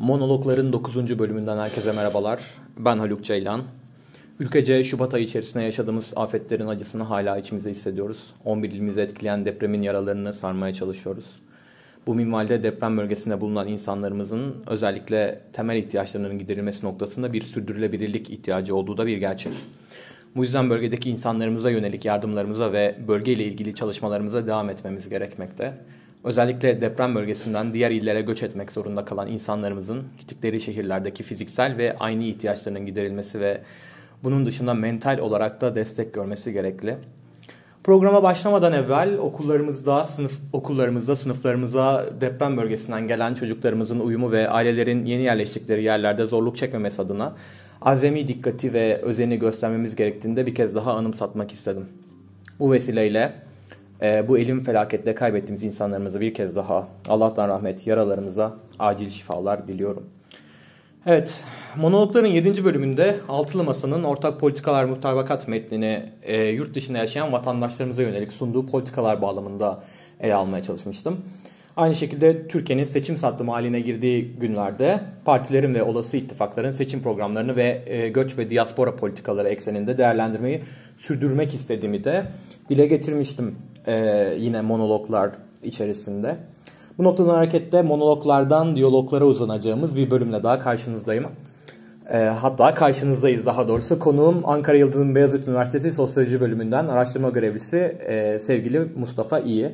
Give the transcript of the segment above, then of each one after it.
Monologların 9. bölümünden herkese merhabalar. Ben Haluk Ceylan. Ülkece Şubat ayı içerisinde yaşadığımız afetlerin acısını hala içimizde hissediyoruz. 11 ilimizi etkileyen depremin yaralarını sarmaya çalışıyoruz. Bu minvalde deprem bölgesinde bulunan insanlarımızın özellikle temel ihtiyaçlarının giderilmesi noktasında bir sürdürülebilirlik ihtiyacı olduğu da bir gerçek. Bu yüzden bölgedeki insanlarımıza yönelik yardımlarımıza ve bölgeyle ilgili çalışmalarımıza devam etmemiz gerekmekte. Özellikle deprem bölgesinden diğer illere göç etmek zorunda kalan insanlarımızın gittikleri şehirlerdeki fiziksel ve aynı ihtiyaçlarının giderilmesi ve bunun dışında mental olarak da destek görmesi gerekli. Programa başlamadan evvel okullarımızda, sınıflarımıza deprem bölgesinden gelen çocuklarımızın uyumu ve ailelerin yeni yerleştikleri yerlerde zorluk çekmemesi adına azami dikkati ve özeni göstermemiz gerektiğini de bir kez daha anımsatmak istedim. Bu vesileyle bu elim felakette kaybettiğimiz insanlarımıza bir kez daha Allah'tan rahmet, yaralarımıza acil şifalar diliyorum. Evet, monologların 7. bölümünde Altılı Masa'nın ortak politikalar mutabakat metnini yurt dışında yaşayan vatandaşlarımıza yönelik sunduğu politikalar bağlamında ele almaya çalışmıştım. Aynı şekilde Türkiye'nin seçim sattımı haline girdiği günlerde partilerin ve olası ittifakların seçim programlarını ve göç ve diaspora politikaları ekseninde değerlendirmeyi sürdürmek istediğimi de dile getirmiştim yine monologlar içerisinde. Bu noktadan hareketle monologlardan diyaloglara uzanacağımız bir bölümle daha karşınızdayım. Hatta karşınızdayız daha doğrusu. Konuğum Ankara Yıldırım Beyazıt Üniversitesi Sosyoloji Bölümünden araştırma görevlisi sevgili Mustafa İyi.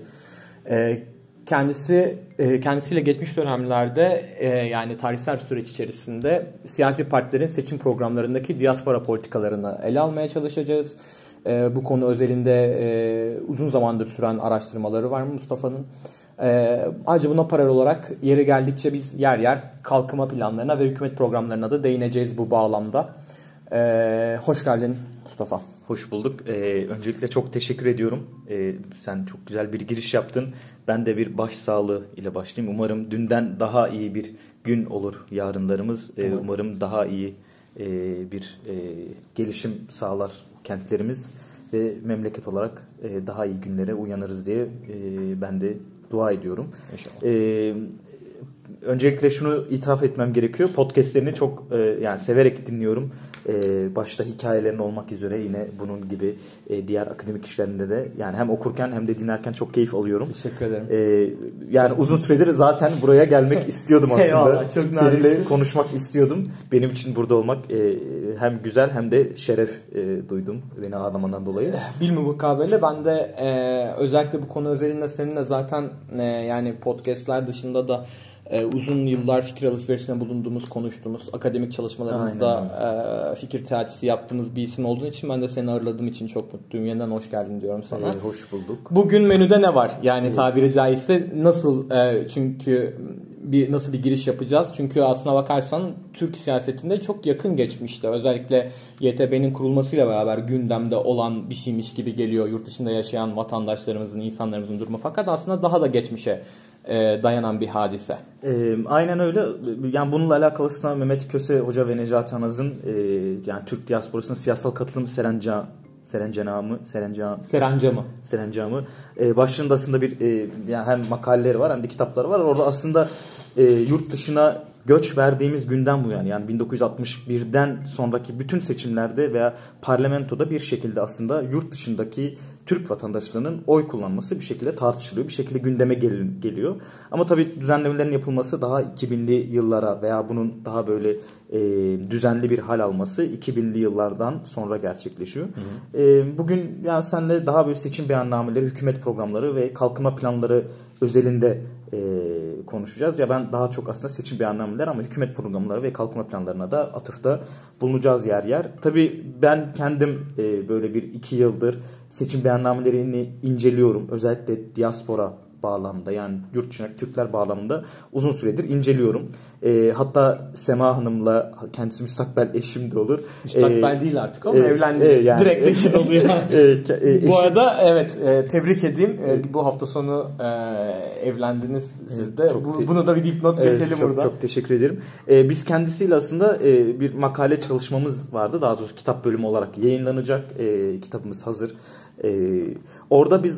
Kendisiyle geçmiş dönemlerde yani tarihsel süreç içerisinde siyasi partilerin seçim programlarındaki diaspora politikalarını ele almaya çalışacağız. Bu konu özelinde uzun zamandır süren araştırmaları var Mustafa'nın. Ayrıca buna paralel olarak yeri geldikçe biz yer yer kalkınma planlarına ve hükümet programlarına da değineceğiz bu bağlamda. Hoş geldin Mustafa. Hoş bulduk. Öncelikle çok teşekkür ediyorum. Sen çok güzel bir giriş yaptın. Ben de bir başsağlığı ile başlayayım. Umarım dünden daha iyi bir gün olur yarınlarımız. Umarım daha iyi bir gelişim sağlar kentlerimiz ve memleket olarak daha iyi günlere uyanırız diye ben de dua ediyorum. Öncelikle şunu itiraf etmem gerekiyor. Podcastlerini çok yani severek dinliyorum. Başta hikayelerin olmak üzere yine bunun gibi diğer akademik işlerinde de yani hem okurken hem de dinlerken çok keyif alıyorum. Teşekkür ederim. Yani çok uzun süredir zaten buraya gelmek istiyordum aslında. Eyvallah, çok seninle konuşmak istiyordum. Benim için burada olmak hem güzel hem de şeref duydum beni ağırlamandan dolayı. Bilmukabele ben de özellikle bu konu özelinde seninle zaten yani podcastler dışında da uzun yıllar fikir alışverişinde bulunduğumuz, konuştuğumuz, akademik çalışmalarımızda fikir teatisi yaptığımız bir isim olduğun için ben de seni ağırladığım için çok mutluyum. Yeniden hoş geldin diyorum sana. Hoş bulduk. Bugün menüde ne var? Yani tabiri caizse nasıl çünkü nasıl bir giriş yapacağız? Çünkü aslına bakarsan Türk siyasetinde çok yakın geçmişte özellikle YTB'nin kurulmasıyla beraber gündemde olan bir şeymiş gibi geliyor yurt dışında yaşayan vatandaşlarımızın, insanlarımızın durumu. Fakat aslında daha da geçmişe dayanan bir hadise. Aynen öyle. Yani bununla alakalı aslında Mehmet Köse Hoca ve Necati Anaz'ın yani Türk diasporasının siyasal katılımı Serencamı başlığında aslında bir yani hem makaleleri var hem de kitapları var. Orada aslında yurt dışına göç verdiğimiz günden bu yani 1961'den sonraki bütün seçimlerde veya parlamentoda bir şekilde aslında yurt dışındaki Türk vatandaşlarının oy kullanması bir şekilde tartışılıyor. Bir şekilde gündeme geliyor. Ama tabii düzenlemelerin yapılması daha 2000'li yıllara veya bunun daha böyle düzenli bir hal alması 2000'li yıllardan sonra gerçekleşiyor. Bugün yani seninle daha böyle seçim beyannameleri, hükümet programları ve kalkınma planları özelinde konuşacağız. Ya ben daha çok aslında seçim beyannameleri ama hükümet programları ve kalkınma planlarına da atıfta bulunacağız yer yer. Tabii ben kendim böyle 1-2 yıldır seçim beyannamelerini inceliyorum. Özellikle diaspora bağlamında yani yurt dışındaki Türkler bağlamında uzun süredir inceliyorum. Hatta Sema Hanım'la kendisi müstakbel eşim de olur. Müstakbel değil artık ama evlendi. Yani, direkt eşim oluyor. Bu arada evet tebrik edeyim. Bu hafta sonu evlendiniz siz de. Bunu da bir dipnot geçelim burada. Çok teşekkür ederim. Biz kendisiyle aslında bir makale çalışmamız vardı. Daha doğrusu kitap bölümü olarak yayınlanacak. Kitabımız hazır. Orada biz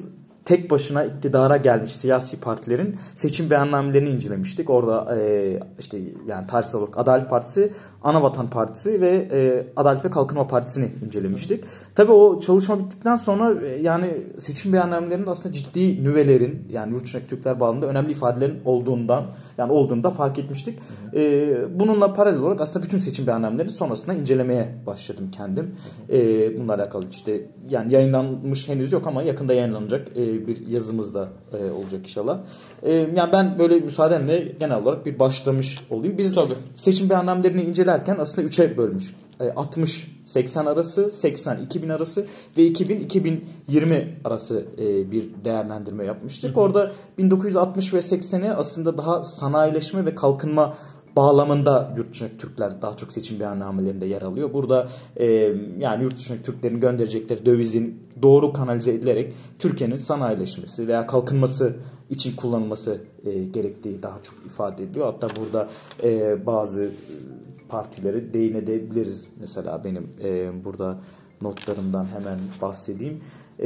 tek başına iktidara gelmiş siyasi partilerin seçim beyannamelerini incelemiştik. Orada işte yani tarihsel olarak Adalet Partisi, Anavatan Partisi ve Adalet ve Kalkınma Partisi'ni incelemiştik. Tabii o çalışma bittikten sonra yani seçim beyannamelerinde aslında ciddi nüvelerin, yani yurt dışındaki Türkler bağlamında önemli ifadelerin olduğunu da fark etmiştik. Bununla paralel olarak aslında bütün seçim beyannamelerini sonrasında incelemeye başladım kendim. Bununla alakalı işte yani yayınlanmış henüz yok ama yakında yayınlanacak bir yazımız da olacak inşallah. Yani ben böyle müsaadenle genel olarak bir başlamış olayım. Biz seçim beyannamelerini incelerken aslında 3'e bölmüş. 60-80 arası, 80-2000 arası ve 2000-2020 arası bir değerlendirme yapmıştık. Orada 1960 ve 80'i aslında daha sanayileşme ve kalkınma bağlamında yurt dışındaki Türkler daha çok seçim beyannamelerinde yer alıyor. Burada yani yurt dışındaki Türklerin gönderecekleri dövizin doğru kanalize edilerek Türkiye'nin sanayileşmesi veya kalkınması için kullanılması gerektiği daha çok ifade ediliyor. Hatta burada bazı partileri değinebiliriz. Mesela benim burada notlarımdan hemen bahsedeyim.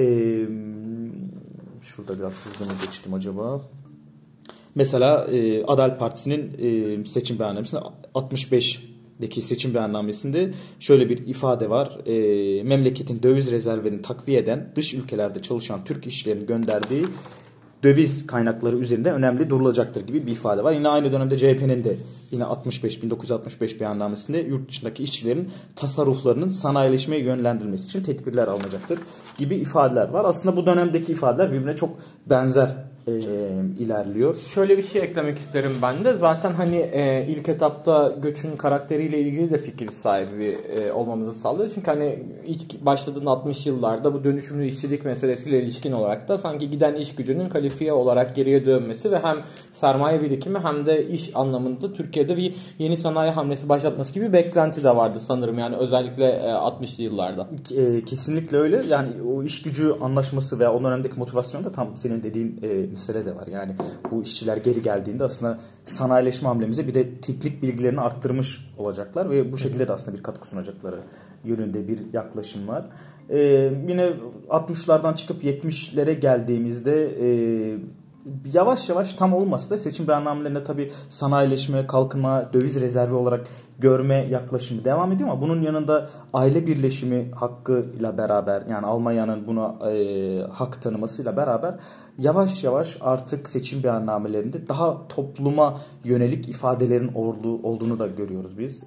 Şurada biraz hızlı mı geçtim acaba? Mesela Adalet Partisi'nin seçim beyannamesinde 65'deki seçim beyannamesinde şöyle bir ifade var. Memleketin döviz rezervlerini takviye eden dış ülkelerde çalışan Türk işçilerin gönderdiği döviz kaynakları üzerinde önemli durulacaktır gibi bir ifade var. Yine aynı dönemde CHP'nin de yine 1965 beyannamesinde yurt dışındaki işçilerin tasarruflarının sanayileşmeye yönlendirilmesi için tedbirler alınacaktır gibi ifadeler var. Aslında bu dönemdeki ifadeler birbirine çok benzer ilerliyor. Şöyle bir şey eklemek isterim ben de. Zaten hani ilk etapta göçün karakteriyle ilgili de fikir sahibi olmamızı sağlıyor. Çünkü hani ilk başladığında 60 yıllarda bu dönüşümlü işçilik meselesiyle ilişkin olarak da sanki giden iş gücünün kalifiye olarak geriye dönmesi ve hem sermaye birikimi hem de iş anlamında Türkiye'de bir yeni sanayi hamlesi başlatması gibi bir beklenti de vardı sanırım. Yani özellikle 60'lı yıllarda. Kesinlikle öyle. Yani o iş gücü anlaşması veya o dönemdeki motivasyon da tam senin dediğin mesele de var. Yani bu işçiler geri geldiğinde aslında sanayileşme hamlemize bir de teknik bilgilerini arttırmış olacaklar ve bu şekilde de aslında bir katkı sunacakları yönünde bir yaklaşım var. Yine 60'lardan çıkıp 70'lere geldiğimizde yavaş yavaş tam olmasa da seçim beyannamelerinde tabii sanayileşme, kalkınma, döviz rezervi olarak görme yaklaşımı devam ediyor ama bunun yanında aile birleşimi hakkıyla beraber, yani Almanya'nın buna hak tanımasıyla beraber yavaş yavaş artık seçim beyannamelerinde daha topluma yönelik ifadelerin olduğunu da görüyoruz biz.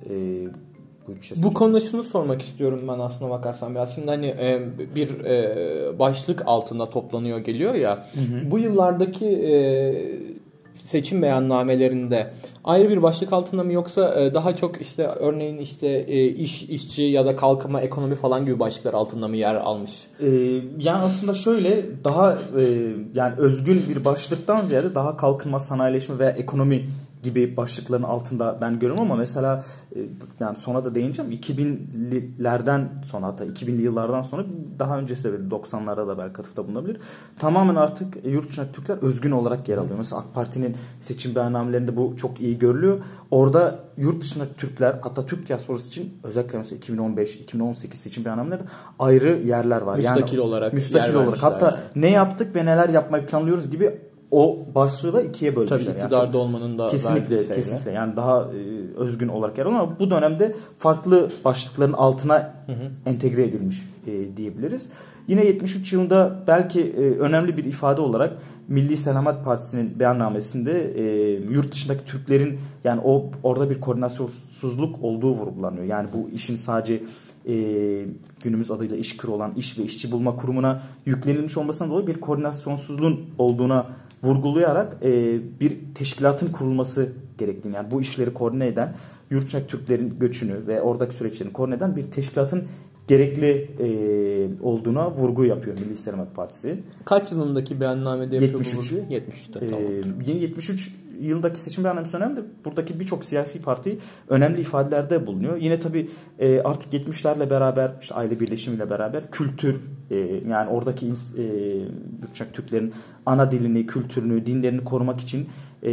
Bu konuda şunu sormak istiyorum ben aslına bakarsan biraz. Şimdi hani bir başlık altında toplanıyor geliyor ya. Bu yıllardaki seçim beyannamelerinde ayrı bir başlık altında mı yoksa daha çok işte örneğin işte işçi ya da kalkınma, ekonomi falan gibi başlıklar altında mı yer almış? Yani aslında şöyle daha yani özgün bir başlıktan ziyade daha kalkınma, sanayileşme veya ekonomi gibi başlıkların altında ben görüyorum ama mesela yani sonra da değineceğim 2000'lilerden sonra hatta 2000'li yıllardan sonra daha öncesi de 90'lara da belki atıfta bulunabilir. Tamamen artık yurt dışındaki Türkler özgün olarak yer alıyor. Mesela AK Parti'nin seçim beyannamelerinde bu çok iyi görülüyor. Orada yurt dışındaki Türkler hatta Türk diasporası için özellikle mesela 2015-2018 seçim beyannamelerinde ayrı yerler var. Müstakil yani, olarak. Müstakil olarak. Hatta yani ne yaptık ve neler yapmayı planlıyoruz gibi o başlığı da ikiye bölmüşler. Tabii iktidarda olmanın da kesinlikle yani daha özgün olarak yer alıyor ama bu dönemde farklı başlıkların altına entegre edilmiş diyebiliriz. Yine 73 yılında belki önemli bir ifade olarak Milli Selamet Partisi'nin beyannamesinde yurt dışındaki Türklerin yani orada bir koordinasyonsuzluk olduğu vurgulanıyor. Yani bu işin sadece günümüz adıyla İşkur olan İş ve İşçi Bulma Kurumu'na yüklenilmiş olmasından dolayı bir koordinasyonsuzluğun olduğuna vurgulayarak bir teşkilatın kurulması gerektiğini, yani bu işleri koordine eden, yurt dışındaki Türklerin göçünü ve oradaki süreçlerini koordine eden bir teşkilatın gerekli olduğuna vurgu yapıyor Milli Selamet Partisi. Kaç yılındaki beyannamede yapıyor 73. bu? 73'te. Yeni 73 yıldaki seçim beyannamesi önemli. Buradaki birçok siyasi parti önemli ifadelerde bulunuyor. Yine tabii artık 70'lerle beraber işte aile birleşimiyle beraber kültür yani oradaki Türklerin ana dilini, kültürünü, dinlerini korumak için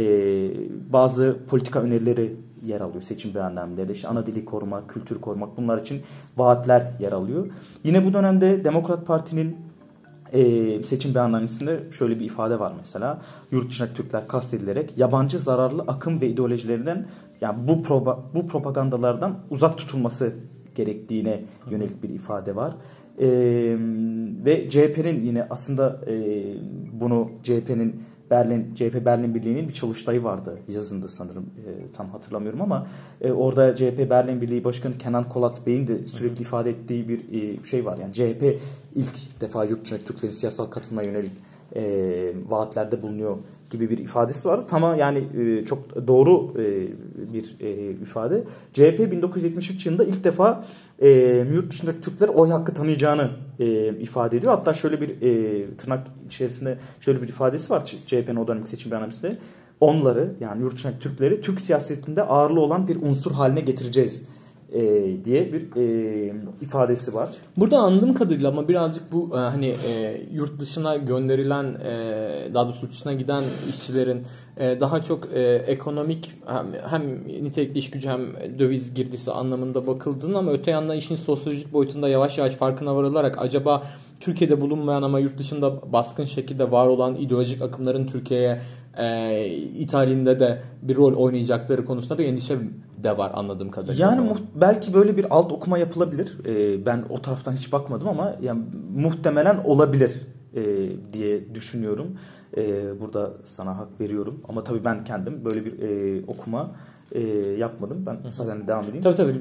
bazı politika önerileri yer alıyor seçim beyannamelerinde. İşte ana dili korumak, kültür korumak bunlar için vaatler yer alıyor. Yine bu dönemde Demokrat Parti'nin Seçim beyannamesinde şöyle bir ifade var mesela. Yurt dışındaki Türkler kastedilerek yabancı zararlı akım ve ideolojilerinden, yani bu propagandalardan uzak tutulması gerektiğine yönelik bir ifade var. Ve CHP'nin yine aslında bunu CHP Berlin Birliği'nin bir çalıştayı vardı yazında sanırım, tam hatırlamıyorum ama orada CHP Berlin Birliği Başkanı Kenan Kolat Bey'in de sürekli ifade ettiği bir şey var. Yani CHP ilk defa yurt dışındaki Türklerin siyasal katılmaya yönelik vaatlerde bulunuyor gibi bir ifadesi vardı. Tamam, yani çok doğru bir ifade. CHP 1973 yılında ilk defa yurt dışındaki Türkler oy hakkı tanıyacağını ifade ediyor. Hatta şöyle bir tırnak içerisinde şöyle bir ifadesi var CHP'nin o dönemki seçim beyannamesinde. Onları, yani yurt dışındaki Türkleri Türk siyasetinde ağırlığı olan bir unsur haline getireceğiz diye bir ifadesi var. Burada anladığım kadarıyla ama birazcık bu hani yurt dışına gönderilen, daha doğrusu yurt dışına giden işçilerin daha çok ekonomik hem nitelikli iş gücü hem döviz girdisi anlamında bakıldığını, ama öte yandan işin sosyolojik boyutunda yavaş yavaş farkına varılarak acaba Türkiye'de bulunmayan ama yurt dışında baskın şekilde var olan ideolojik akımların Türkiye'ye ithalinde de bir rol oynayacakları konusunda bir endişe de var anladığım kadarıyla. Yani belki böyle bir alt okuma yapılabilir. Ben o taraftan hiç bakmadım ama yani muhtemelen olabilir diye düşünüyorum. Burada sana hak veriyorum. Ama tabii ben kendim böyle bir okuma yapmadım. Ben zaten devam edeyim. Tabii.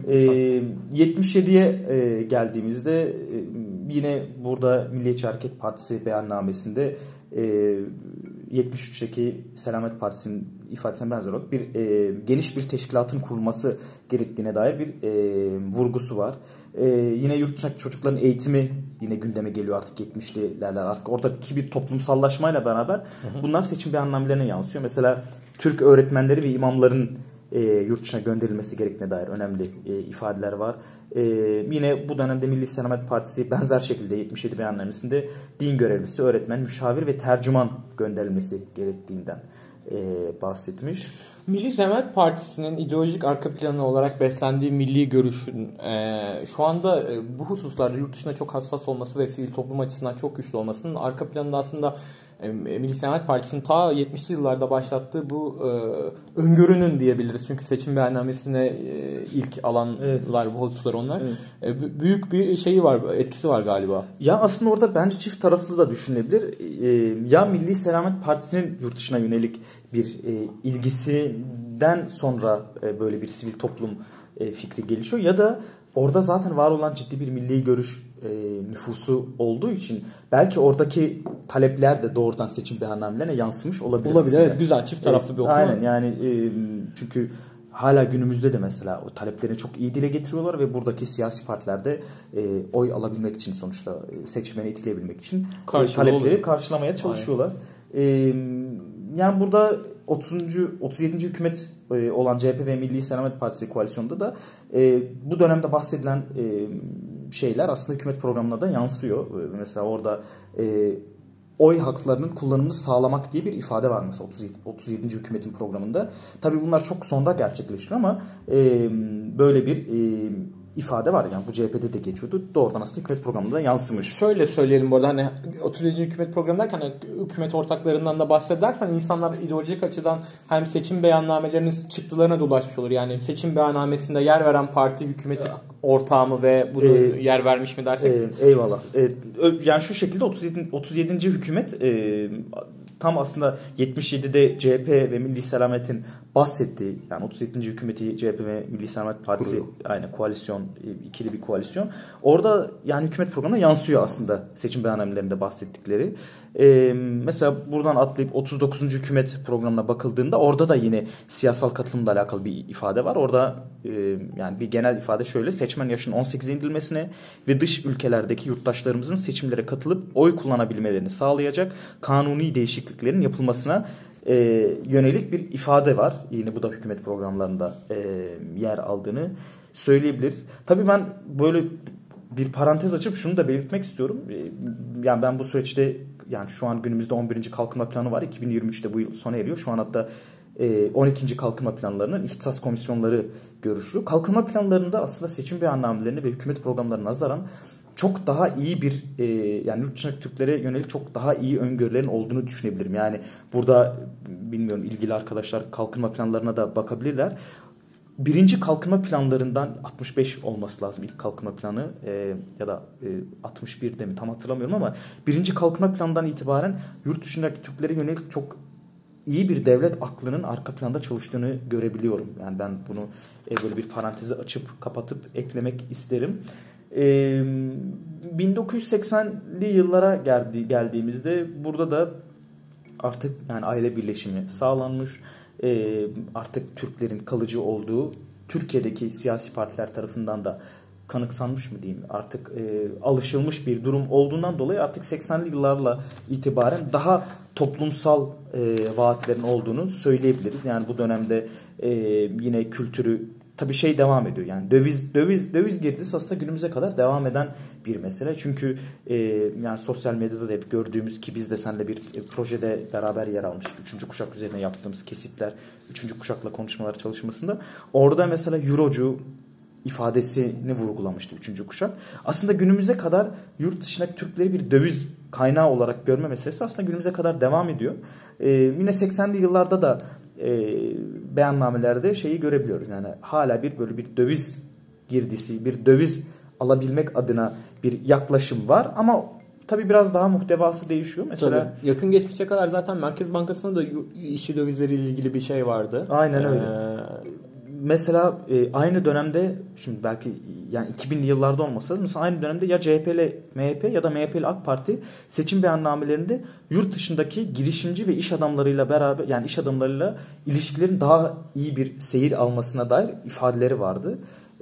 77'ye geldiğimizde yine burada Milliyetçi Hareket Partisi beyannamesinde 73'teki Selamet Partisi'nin ifadesine benzer olarak bir geniş bir teşkilatın kurulması gerektiğine dair bir vurgusu var. Yine yurt dışındaki çocukların eğitimi yine gündeme geliyor artık 70'liler. Artık oradaki bir toplumsallaşmayla beraber bunlar seçim beyannamelerine yansıyor. Mesela Türk öğretmenleri ve imamların yurt dışına gönderilmesi gerektiğine dair önemli ifadeler var. Yine bu dönemde Milli Selamet Partisi benzer şekilde 77 beyannamesinde din görevlisi, öğretmen, müşavir ve tercüman gönderilmesi gerektiğinden bahsetmiş. Milli Selamet Partisi'nin ideolojik arka planı olarak beslendiği milli görüşün şu anda bu hususlarda yurt dışında çok hassas olması ve sivil toplum açısından çok güçlü olmasının arka planında aslında Milli Selamet Partisi'nin ta 70'li yıllarda başlattığı bu öngörünün diyebiliriz. Çünkü seçim beyannamesine ilk alanlar, bu hususlar onlar. Evet. Büyük bir şeyi var, etkisi var galiba. Ya aslında orada bence çift taraflı da düşünülebilir. Ya Milli Selamet Partisi'nin yurt dışına yönelik bir ilgisinden sonra böyle bir sivil toplum fikri gelişiyor, ya da orada zaten var olan ciddi bir milli görüş nüfusu olduğu için belki oradaki talepler de doğrudan seçim beyannamelerine yansımış olabilir. Olabilir, evet, güzel çift taraflı bir okuma. Aynen, yani çünkü hala günümüzde de mesela o taleplerini çok iyi dile getiriyorlar ve buradaki siyasi partilerde oy alabilmek için, sonuçta seçmeni etkileyebilmek için talepleri karşılamaya çalışıyorlar. Yani burada 37. hükümet olan CHP ve Milli Selamet Partisi koalisyonunda da bu dönemde bahsedilen şeyler aslında hükümet programına da yansıyor. Mesela orada oy haklarının kullanımını sağlamak diye bir ifade var mesela 37. hükümetin programında. Tabii bunlar çok sonda gerçekleşiyor ama böyle bir ifade var. Yani bu CHP'de de geçiyordu. Doğrudan aslında hükümet programında yansımış. Şöyle söyleyelim bu arada, hani 37. hükümet programı derken hani hükümet ortaklarından da bahsedersen insanlar ideolojik açıdan hem seçim beyannamelerinin çıktılarına da ulaşmış olur. Yani seçim beyannamesinde yer veren parti hükümeti ortağı mı ve bunu yer vermiş mi dersek? Eyvallah. Yani şu şekilde 37. hükümet tam aslında 77'de CHP ve Milli Selamet'in bahsettiği, yani 37. hükümeti CHP ve Milli Selamet Partisi aynı koalisyon, ikili bir koalisyon. Orada yani hükümet programına yansıyor aslında seçim beyannamelerinde bahsettikleri. Mesela buradan atlayıp 39. hükümet programına bakıldığında orada da yine siyasal katılımla alakalı bir ifade var. Orada yani bir genel ifade şöyle: seçmen yaşının 18'e indirilmesine ve dış ülkelerdeki yurttaşlarımızın seçimlere katılıp oy kullanabilmelerini sağlayacak kanuni değişikliklerin yapılmasına yönelik bir ifade var. Yine bu da hükümet programlarında yer aldığını söyleyebiliriz. Tabii ben böyle bir parantez açıp şunu da belirtmek istiyorum. Yani ben bu süreçte, yani şu an günümüzde 11. kalkınma planı var. 2023'te bu yıl sona eriyor. Şu an hatta 12. kalkınma planlarının ihtisas komisyonları görüşülüyor. Kalkınma planlarında aslında seçim beyannamelerini ve hükümet programlarına nazaran çok daha iyi bir yani yurt dışındaki Türklere yönelik çok daha iyi öngörülerin olduğunu düşünebilirim. Yani burada bilmiyorum, ilgili arkadaşlar kalkınma planlarına da bakabilirler. Birinci kalkınma planlarından 65 olması lazım ilk kalkınma planı ya da 61'de mi tam hatırlamıyorum ama birinci kalkınma planından itibaren yurt dışındaki Türklere yönelik çok iyi bir devlet aklının arka planda çalıştığını görebiliyorum. Yani ben bunu böyle bir parantezi açıp kapatıp eklemek isterim. 1980'li yıllara geldiğimizde burada da artık yani aile birleşimi sağlanmış. Artık Türklerin kalıcı olduğu Türkiye'deki siyasi partiler tarafından da kanıksanmış mı diyeyim, artık alışılmış bir durum olduğundan dolayı artık 80'li yıllarla itibaren daha toplumsal vaatlerin olduğunu söyleyebiliriz. Yani bu dönemde yine kültürü tabii devam ediyor. Yani döviz girdisi aslında günümüze kadar devam eden bir mesele. Çünkü yani sosyal medyada da hep gördüğümüz ki biz de seninle bir projede beraber yer almıştık. 3. kuşak üzerine yaptığımız kesitler, 3. kuşakla konuşmalar çalışmasında. Orada mesela Eurocu ifadesini vurgulamıştı 3. kuşak. Aslında günümüze kadar yurt dışındaki Türkleri bir döviz kaynağı olarak görme meselesi aslında günümüze kadar devam ediyor. Yine 80'li yıllarda da beyannamelerde görebiliyoruz. Yani hala böyle bir döviz girdisi, bir döviz alabilmek adına bir yaklaşım var ama tabii biraz daha muhtevası değişiyor. Mesela tabii, yakın geçmişe kadar zaten Merkez Bankası'nda da işçi dövizleriyle ilgili bir şey vardı. Aynen öyle. Mesela aynı dönemde, şimdi belki yani 2000'li yıllarda olmasa, mesela aynı dönemde ya CHP'li MHP ya da MHP'li AK Parti seçim beyannamelerinde yurt dışındaki girişimci ve iş adamlarıyla beraber, yani iş adamlarıyla ilişkilerin daha iyi bir seyir almasına dair ifadeleri vardı.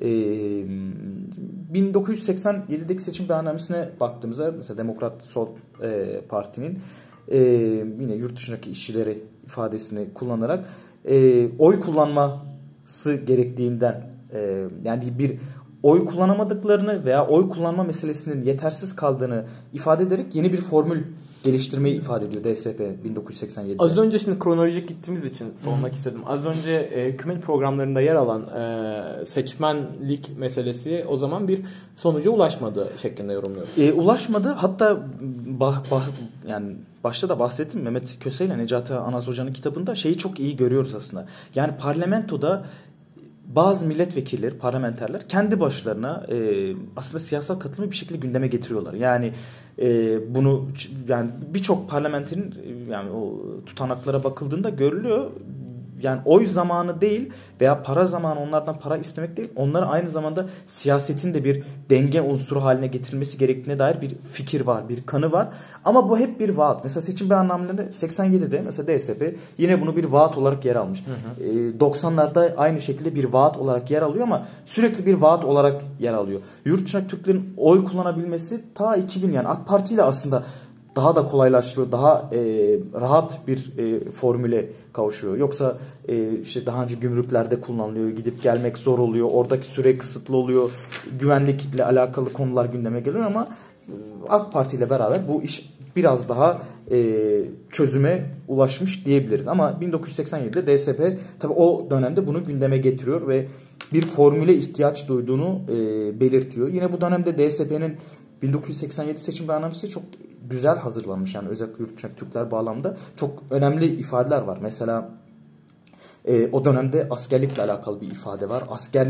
1987'deki seçim beyannamesine baktığımızda mesela Demokrat Sol Parti'nin yine yurt dışındaki işçileri ifadesini kullanarak oy kullanması gerektiğinden, yani bir oy kullanamadıklarını veya oy kullanma meselesinin yetersiz kaldığını ifade ederek yeni bir formül geliştirmeyi ifade ediyor DSP 1987'de. Az önce şimdi kronolojik gittiğimiz için sormak istedim. Az önce hükümet programlarında yer alan seçmenlik meselesi o zaman bir sonuca ulaşmadı şeklinde yorumluyorum. Ulaşmadı. Hatta yani başta da bahsettim, Mehmet Köse ile Necati Anaz Hoca'nın kitabında çok iyi görüyoruz aslında. Yani parlamentoda bazı milletvekilleri, parlamenterler kendi başlarına aslında siyasal katılımı bir şekilde gündeme getiriyorlar. Yani bunu yani birçok parlamenterin yani o tutanaklara bakıldığında görülüyor. Yani oy zamanı değil veya para zamanı, onlardan para istemek değil. Onlara aynı zamanda siyasetin de bir denge unsuru haline getirilmesi gerektiğine dair bir fikir var, bir kanı var. Ama bu hep bir vaat. Mesela seçim beyannamelerinde 87'de mesela DSP yine bunu bir vaat olarak yer almış. 90'larda aynı şekilde bir vaat olarak yer alıyor ama sürekli bir vaat olarak yer alıyor. Yurt dışındaki Türklerin oy kullanabilmesi ta 2000, yani AK Parti ile aslında daha da kolaylaştırıyor, daha rahat bir formüle kavuşuyor. Yoksa daha önce gümrüklerde kullanılıyor, gidip gelmek zor oluyor, oradaki süre kısıtlı oluyor, güvenlikle alakalı konular gündeme geliyor ama AK Parti ile beraber bu iş biraz daha çözüme ulaşmış diyebiliriz. Ama 1987'de DSP tabii o dönemde bunu gündeme getiriyor ve bir formüle ihtiyaç duyduğunu belirtiyor. Yine bu dönemde DSP'nin 1987 seçim beyannamesi çok güzel hazırlanmış. Yani özellikle yurt dışındaki Türkler bağlamda çok önemli ifadeler var. Mesela o dönemde askerlikle alakalı bir ifade var.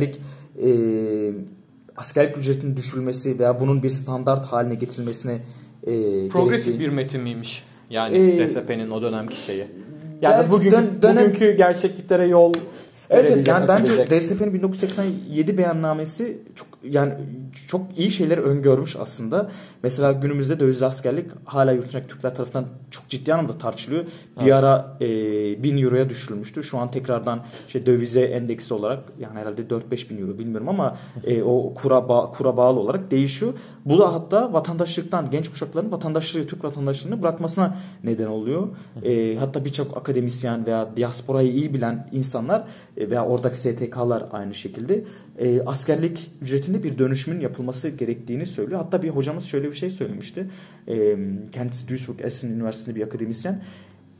Askerlik ücretinin düşürülmesi veya bunun bir standart haline getirilmesine progresif bir metin miymiş? Yani DSP'nin o dönemki şeyi. Yani dönem bugünkü gerçekliklere yol. Evet, yani bence DSP'nin 1987 beyannamesi çok iyi şeyleri öngörmüş aslında. Mesela günümüzde dövizli askerlik hala yurt dışındaki Türkler tarafından çok ciddi anlamda tartışılıyor. Bir ara 1000 euroya düşürülmüştü. Şu an tekrardan dövize endeksi olarak yani herhalde 4-5 bin euro bilmiyorum ama o kura bağlı olarak değişiyor. Bu da hatta vatandaşlıktan, genç kuşakların vatandaşlığı, Türk vatandaşlığını bırakmasına neden oluyor. Hatta birçok akademisyen veya diasporayı iyi bilen insanlar veya oradaki STK'lar aynı şekilde askerlik ücretinde bir dönüşümün yapılması gerektiğini söylüyor. Hatta bir hocamız şöyle bir şey söylemişti. Kendisi Duisburg Essen Üniversitesi'nde bir akademisyen.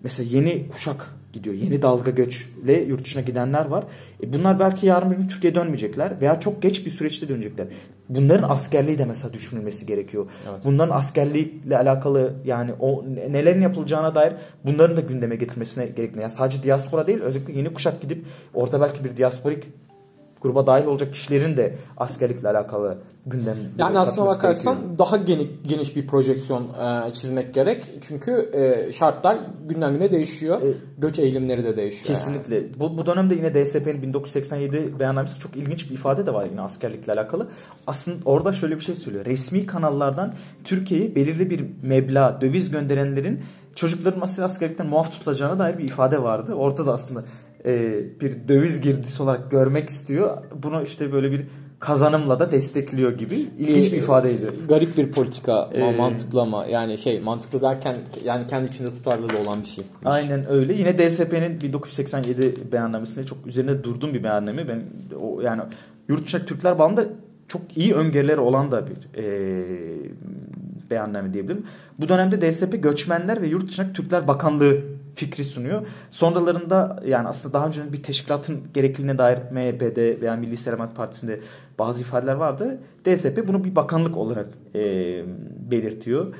mesela yeni kuşak gidiyor. Yeni dalga göçle yurt dışına gidenler var. Bunlar belki yarın bir gün Türkiye'ye dönmeyecekler veya çok geç bir süreçte dönecekler. Bunların askerliği de mesela düşünülmesi gerekiyor. Evet. Bunların askerlikle alakalı yani o nelerin yapılacağına dair bunların da gündeme getirmesine gerekiyor. Yani sadece diaspora değil, özellikle yeni kuşak gidip orada belki bir diasporik gruba dahil olacak kişilerin de askerlikle alakalı gündem. Yani aslına bakarsan daha geniş bir projeksiyon çizmek gerek. Çünkü şartlar günden güne değişiyor. Göç eğilimleri de değişiyor. Kesinlikle. Yani. Bu dönemde yine DSP'nin 1987 beyannamesi çok ilginç bir ifade de var yine askerlikle alakalı. Aslında orada şöyle bir şey söylüyor. Resmi kanallardan Türkiye'ye belirli bir meblağ, döviz gönderenlerin çocukların askerlikten muaf tutulacağına dair bir ifade vardı. Orada da aslında bir döviz girdisi olarak görmek istiyor. Bunu işte böyle bir kazanımla da destekliyor gibi ilginç bir ifadeydi. Garip bir politika mantıklı ama yani mantıklı derken yani kendi içinde tutarlılığı olan bir şey. Aynen öyle. Yine DSP'nin 1987 beyannamesinde çok üzerine durduğum bir beyanname. Ben yani yurt dışındaki Türkler bağlamında çok iyi öngörüleri olan da bir beyanname diyebilirim. Bu dönemde DSP Göçmenler ve Yurt Dışındaki Türkler Bakanlığı fikri sunuyor. Sonralarında yani aslında daha önce bir teşkilatın gerekliliğine dair MHP'de veya Milli Selamet Partisi'nde bazı ifadeler vardı. DSP bunu bir bakanlık olarak belirtiyor.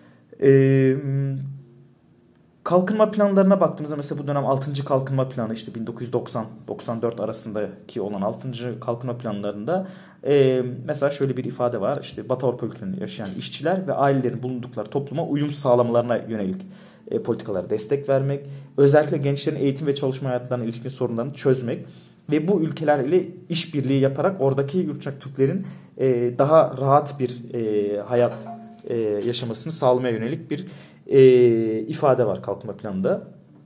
Kalkınma planlarına baktığımızda mesela bu dönem 6. kalkınma planı işte 1990-94 arasındaki olan 6. kalkınma planlarında mesela şöyle bir ifade var. İşte Batı Avrupa ülkelerinde yaşayan işçiler ve ailelerin bulundukları topluma uyum sağlamalarına yönelik politikalara destek vermek, özellikle gençlerin eğitim ve çalışma hayatlarına ilişkin sorunlarını çözmek ve bu ülkelerle işbirliği yaparak oradaki yurtdaki Türklerin daha rahat bir hayat yaşamasını sağlamaya yönelik bir ifade var kalkınma planında.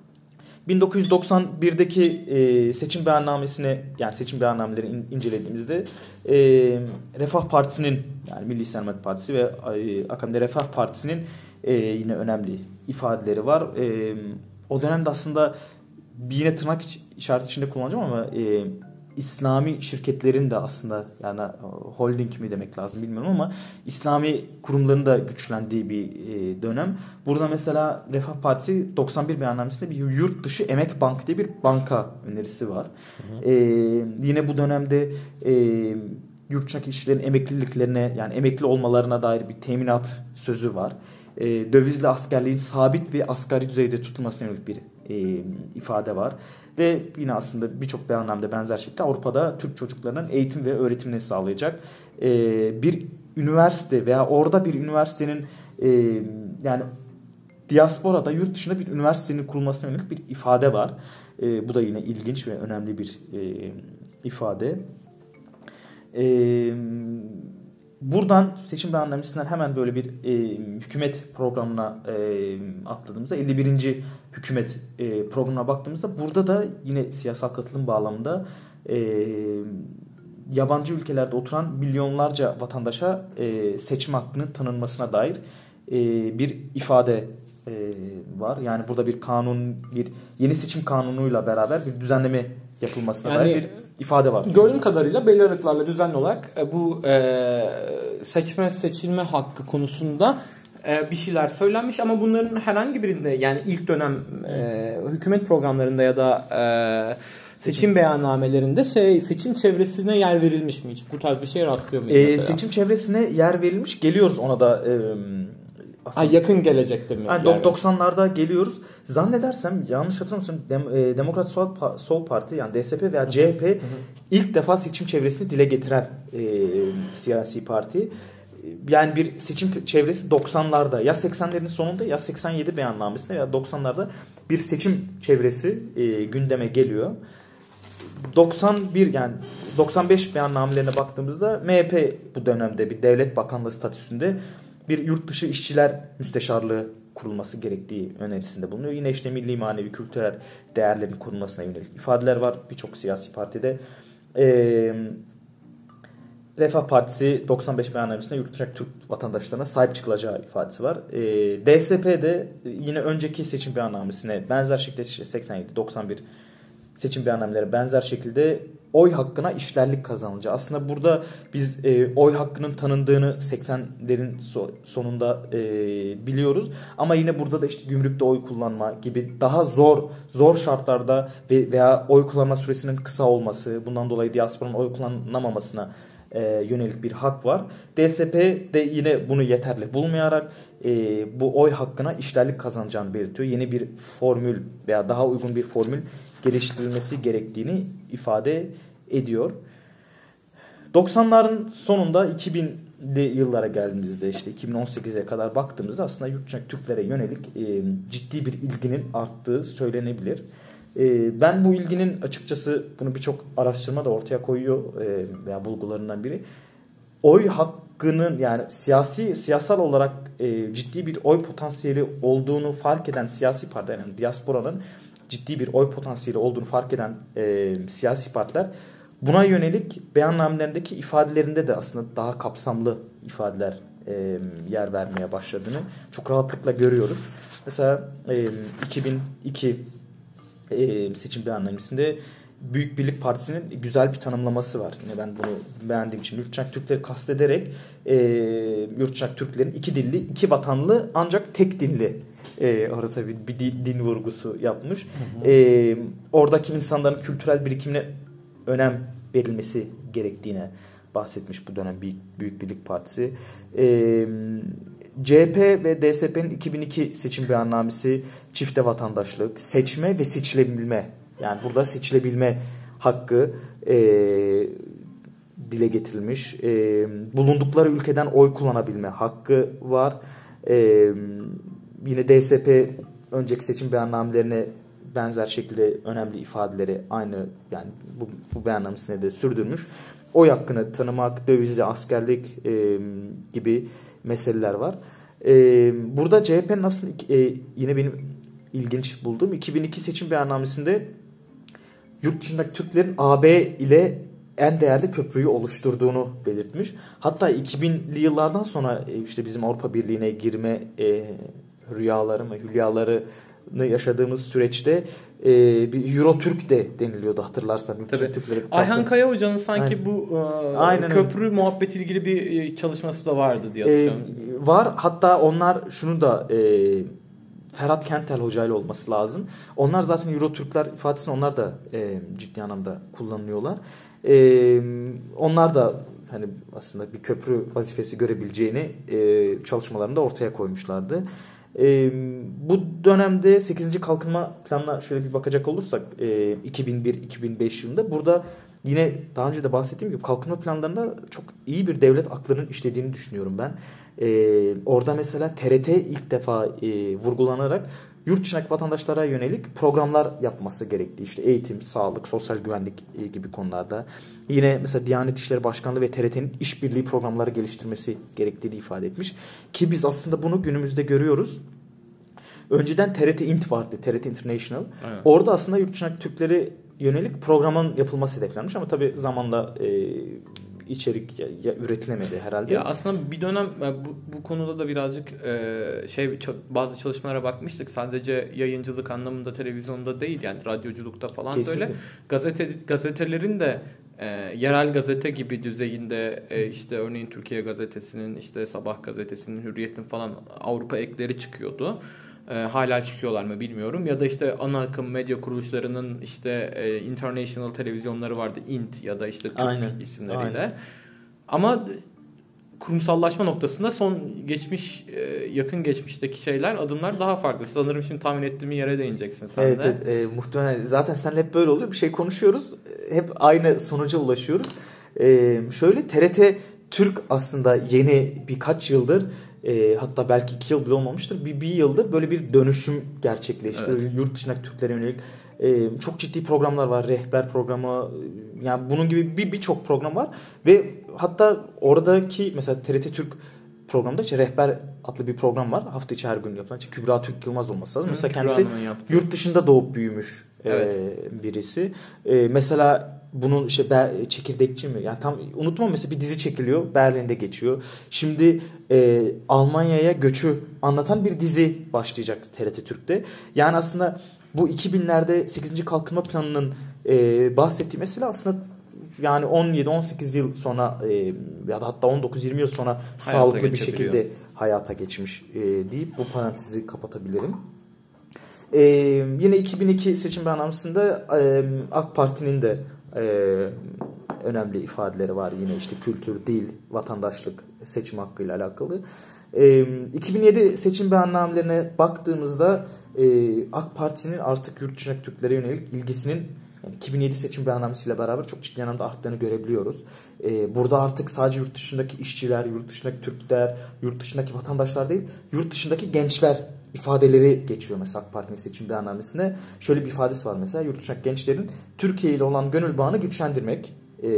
1991'deki seçim beyannamesine yani seçim beyannamelerini incelediğimizde Refah Partisi'nin yani Milli Selamet Partisi ve akabinde Refah Partisi'nin yine önemli ifadeleri var. O dönemde aslında yine tırnak işareti içinde kullanacağım ama İslami şirketlerin de aslında yani holding mi demek lazım bilmiyorum ama İslami kurumların da güçlendiği bir dönem. Burada mesela Refah Partisi 91 beyannamesinde bir yurt dışı emek bankı diye bir banka önerisi var. Yine bu dönemde yurt dışındaki işçilerin emekliliklerine yani emekli olmalarına dair bir teminat sözü var. Dövizli askerliğin sabit ve asgari düzeyde tutulmasına yönelik bir ifade var. Ve yine aslında birçok beyannamede benzer şekilde Avrupa'da Türk çocuklarının eğitim ve öğretimini sağlayacak bir üniversite veya orada bir üniversitenin yani diasporada yurt dışında bir üniversitenin kurulmasına yönelik bir ifade var. Bu da yine ilginç ve önemli bir ifade. Buradan seçim beyannamesinden hemen böyle bir hükümet programına atladığımızda 51. hükümet programına baktığımızda burada da yine siyasal katılım bağlamında yabancı ülkelerde oturan milyonlarca vatandaşa seçim hakkının tanınmasına dair bir ifade var. Yani burada bir kanun, bir yeni seçim kanunuyla beraber bir düzenleme yapılmasına dair bir ifade var. Gördüğüm kadarıyla belli aralıklarla düzenli olarak bu seçilme hakkı konusunda bir şeyler söylenmiş ama bunların herhangi birinde yani ilk dönem hükümet programlarında ya da seçim beyannamelerinde seçim çevresine yer verilmiş mi hiç? Bu tarz bir şeye rastlıyor muyuz? Seçim çevresine yer verilmiş. Geliyoruz ona da yakın gelecektir mi? Yani 90'larda geliyoruz. Zannedersem yanlış hatırlamıyorsam Demokrat Sol Parti yani DSP veya CHP ilk defa seçim çevresini dile getiren siyasi parti. Yani bir seçim çevresi 90'larda ya 80'lerin sonunda ya 87 beyannamesinde ya 90'larda bir seçim çevresi gündeme geliyor. 91 yani 95 beyannamelerine baktığımızda MHP bu dönemde bir devlet bakanlığı statüsünde bir yurt dışı işçiler müsteşarlığı kurulması gerektiği önerisinde bulunuyor. Yine işte milli manevi kültürel değerlerin korunmasına yönelik ifadeler var birçok siyasi partide. Refah Partisi 95 beyannamesinde yurt dışındaki Türk vatandaşlarına sahip çıkılacağı ifadesi var. DSP'de yine önceki seçim beyannamesine benzer şekilde 87-91 seçim beyannameleri benzer şekilde oy hakkına işlerlik kazanılacağı. Aslında burada biz oy hakkının tanındığını 80'lerin sonunda biliyoruz. Ama yine burada da işte gümrükte oy kullanma gibi daha zor şartlarda veya oy kullanma süresinin kısa olması, bundan dolayı diasporanın oy kullanamamasına yönelik bir hak var. DSP de yine bunu yeterli bulmayarak bu oy hakkına işlerlik kazanacağını belirtiyor. Yeni bir formül veya daha uygun bir formül geliştirilmesi gerektiğini ifade ediyor. 90'ların sonunda 2000'li yıllara geldiğimizde işte 2018'e kadar baktığımızda aslında yurt dışındaki Türklere yönelik ciddi bir ilginin arttığı söylenebilir. Ben bu ilginin açıkçası bunu birçok araştırma da ortaya koyuyor veya bulgularından biri. Oy hakkının yani siyasal olarak ciddi bir oy potansiyeli olduğunu fark eden siyasi partiler, yani diasporanın ciddi bir oy potansiyeli olduğunu fark eden siyasi partiler buna yönelik beyannamenlerindeki ifadelerinde de aslında daha kapsamlı ifadeler yer vermeye başladığını çok rahatlıkla görüyoruz. Mesela 2002 seçim beyannamesinde Büyük Birlik Partisi'nin güzel bir tanımlaması var. Yine ben bunu beğendiğim için yurtdışındaki Türkleri kastederek yurtdışındaki Türklerin iki dilli, iki vatanlı ancak tek dinli orada tabii bir din vurgusu yapmış. Oradaki insanların kültürel birikimine önem verilmesi gerektiğine bahsetmiş bu dönem Büyük Birlik Partisi. CHP ve DSP'nin 2002 seçim beyannamesi çifte vatandaşlık, seçme ve seçilebilme, yani burada seçilebilme hakkı dile getirilmiş. Bulundukları ülkeden oy kullanabilme hakkı var. Yine DSP önceki seçim beyannamelerine benzer şekilde önemli ifadeleri aynı, yani bu beyannamesine de sürdürmüş. Oy hakkını tanımak, dövizli askerlik gibi meseleler var. Burada CHP'nin aslında yine benim ilginç bulduğum 2002 seçim beyannamesinde yurt dışındaki Türklerin AB ile en değerli köprüyü oluşturduğunu belirtmiş. Hatta 2000'li yıllardan sonra işte bizim Avrupa Birliği'ne girme hülyalarını yaşadığımız süreçte bir Eurotürk de deniliyordu, hatırlarsan. Ayhan Kaya Hoca'nın sanki Aynen. bu köprü muhabbeti ilgili bir çalışması da vardı diye hatırlıyorum. Var. Hatta onlar şunu da Ferhat Kentel hocayla olması lazım. Onlar zaten Eurotürkler ifadesini onlar da ciddi anlamda kullanıyorlar. Onlar da hani aslında bir köprü vazifesi görebileceğini çalışmalarında ortaya koymuşlardı. Bu dönemde 8. Kalkınma Planı'na şöyle bir bakacak olursak 2001-2005 yılında burada yine daha önce de bahsettiğim gibi kalkınma planlarında çok iyi bir devlet aklının işlediğini düşünüyorum ben. Orada mesela TRT ilk defa vurgulanarak yurt dışındaki vatandaşlara yönelik programlar yapması gerektiği, işte eğitim, sağlık, sosyal güvenlik gibi konularda. Yine mesela Diyanet İşleri Başkanlığı ve TRT'nin işbirliği programları geliştirmesi gerektiğini ifade etmiş. Ki biz aslında bunu günümüzde görüyoruz. Önceden TRT Int vardı, TRT International. Aynen. Orada aslında yurt dışındaki Türklere yönelik programın yapılması hedeflenmiş ama tabii zamanla içerik üretilemedi herhalde. Ya aslında bir dönem bu konuda da birazcık bazı çalışmalara bakmıştık. Sadece yayıncılık anlamında televizyonda değil, yani radyoculukta falan Kesinlikle. da öyle. Gazetelerin de yerel gazete gibi düzeyinde işte örneğin Türkiye Gazetesi'nin, işte Sabah Gazetesi'nin, Hürriyet'in falan Avrupa ekleri çıkıyordu. Hala çıkıyorlar mı bilmiyorum. Ya da işte ana akım medya kuruluşlarının işte international televizyonları vardı. INT ya da işte Türk isimleriyle. Aynen. Ama kurumsallaşma noktasında yakın geçmişteki adımlar daha farklı. Sanırım şimdi tahmin ettiğim yere değineceksin sen de. Evet, muhtemelen. Zaten seninle hep böyle oluyor. Bir şey konuşuyoruz. Hep aynı sonuca ulaşıyoruz. Şöyle TRT Türk aslında yeni birkaç yıldır, hatta belki 2 yıl bile olmamıştır. Bir yıldır böyle bir dönüşüm gerçekleştiriyor. Evet. Yurt dışındaki Türklere yönelik çok ciddi programlar var. Rehber programı, yani bunun gibi birçok program var. Ve hatta oradaki mesela TRT Türk programda Rehber adlı bir program var. Hafta içi her gün yapılan. Kübra Türk Yılmaz olması lazım. Mesela kendisi yurt dışında doğup büyümüş birisi. Mesela bunun çekirdekçi mi? Yani tam unutmam, mesela bir dizi çekiliyor. Berlin'de geçiyor. Şimdi Almanya'ya göçü anlatan bir dizi başlayacak TRT Türk'te. Yani aslında bu 2000'lerde 8. Kalkınma Planı'nın bahsettiği mesela aslında yani 17-18 yıl sonra ya da hatta 19-20 yıl sonra Hayata sağlıklı bir geçebiliyor. şekilde hayata geçmiş deyip bu parantezi kapatabilirim. Yine 2002 seçim beyannamesinde AK Parti'nin de önemli ifadeleri var. Yine işte kültür, dil, vatandaşlık, seçim hakkıyla alakalı. 2007 seçim beyannamelerine baktığımızda AK Parti'nin artık yurt dışındaki Türklere yönelik ilgisinin yani 2007 seçim beyannamesiyle beraber çok ciddi anlamda arttığını görebiliyoruz. Burada artık sadece yurt dışındaki işçiler, yurt dışındaki Türkler, yurt dışındaki vatandaşlar değil, yurt dışındaki gençler ifadeleri geçiyor mesela AK Parti'nin seçim beyannamesinde. Şöyle bir ifadesi var mesela, yurt dışındaki gençlerin Türkiye ile olan gönül bağını güçlendirmek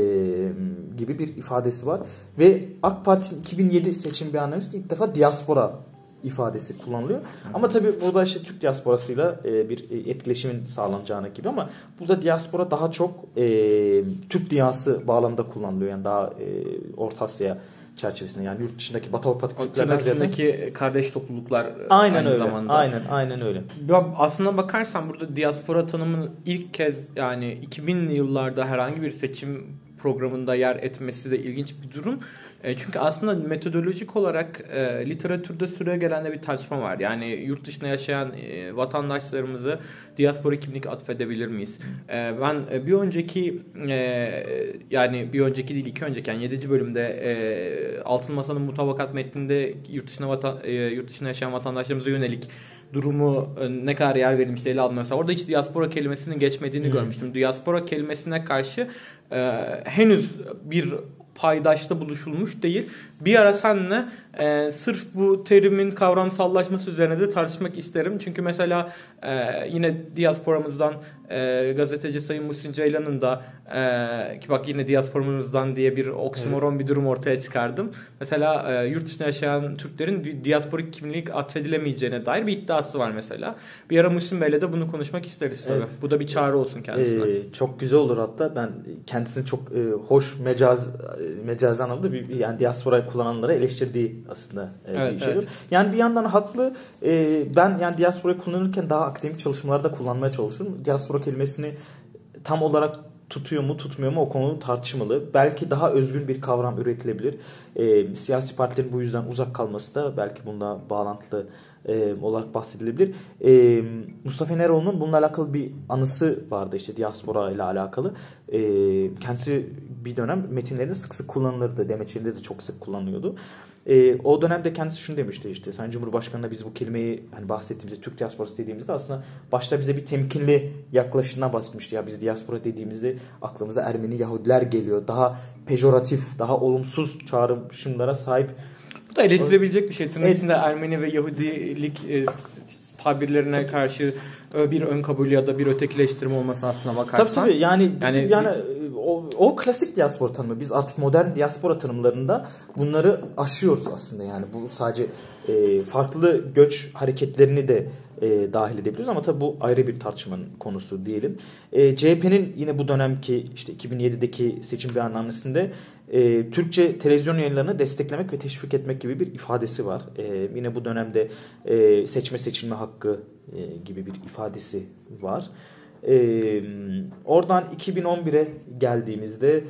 gibi bir ifadesi var. Ve AK Parti'nin 2007 seçim beyannamesinde ilk defa diaspora ifadesi kullanılıyor. Ama tabii burada işte Türk diasporasıyla bir etkileşimin sağlanacağını gibi, ama burada diaspora daha çok Türk dünyası bağlamında kullanılıyor. Yani daha Orta Asya çerçevesinde, yani yurt dışındaki Batı Avrupa Türklerden dışındaki kardeş topluluklar aynen aynı öyle. zamanda. Aynen öyle. Ya aslına bakarsan burada diaspora tanımının ilk kez yani 2000'li yıllarda herhangi bir seçim programında yer etmesi de ilginç bir durum. Çünkü aslında metodolojik olarak literatürde süregelen de bir tartışma var. Yani yurt dışında yaşayan vatandaşlarımızı diaspora kimlik atfedebilir miyiz? Ben bir önceki yani bir önceki değil iki önceki yani 7. bölümde Altın Masa'nın mutabakat metninde yurt dışında yaşayan vatandaşlarımıza yönelik durumu ne kadar yer verilmiş ele aldım. Mesela orada hiç diaspora kelimesinin geçmediğini görmüştüm. Diaspora kelimesine karşı henüz bir paydaşta buluşulmuş değil. Bir ara seninle sırf bu terimin kavramsallaşması üzerine de tartışmak isterim. Çünkü mesela yine diasporamızdan gazeteci Sayın Muhsin Ceylan'ın da ki bak yine diasporamızdan diye bir oksimoron bir durum ortaya çıkardım. Mesela yurt dışında yaşayan Türklerin bir diasporik kimlik atfedilemeyeceğine dair bir iddiası var mesela. Bir ara Muhsin Bey'le de bunu konuşmak isteriz tabii. Evet. Bu da bir çağrı olsun kendisine. Çok güzel olur hatta. Ben kendisini çok hoş mecazi anlamda bir yani diasporayı kullananlara eleştirdiği aslında bir şey. Evet. Yani bir yandan haklı. Ben yani diasporayı kullanırken daha akademik çalışmalarda kullanmaya çalışıyorum. Diaspora kelimesini tam olarak tutuyor mu tutmuyor mu o konu tartışmalı. Belki daha özgün bir kavram üretilebilir. Siyasi partilerin bu yüzden uzak kalması da belki bununla bağlantılı olarak bahsedilebilir. Mustafa Eroğlu'nun bununla alakalı bir anısı vardı işte diaspora ile alakalı. Kendisi bir dönem metinlerinde sık sık kullanılırdı. Demeçlerinde de çok sık kullanılıyordu. O dönemde kendisi şunu demişti işte Sayın Cumhurbaşkanı'na biz bu kelimeyi hani bahsettiğimizde Türk diasporası dediğimizde aslında başta bize bir temkinli yaklaşımdan bahsetmişti. Ya biz diaspora dediğimizde aklımıza Ermeni Yahudiler geliyor. Daha pejoratif, daha olumsuz çağrışımlara sahip. Bu da eleştirebilecek bir şey. Tırnak içinde Ermeni ve Yahudilik tabirlerine karşı bir ön kabul ya da bir ötekileştirme olması aslına bakarsan. Tabii yani o klasik diaspora tanımı. Biz artık modern diaspora tanımlarında bunları aşıyoruz aslında. Yani bu sadece farklı göç hareketlerini de dahil edebiliriz ama tabii bu ayrı bir tartışmanın konusu diyelim. CHP'nin yine bu dönemki işte 2007'deki seçim beyannamesinde Türkçe televizyon yayınlarını desteklemek ve teşvik etmek gibi bir ifadesi var. Yine bu dönemde seçme seçilme hakkı gibi bir ifadesi var. Oradan 2011'e geldiğimizde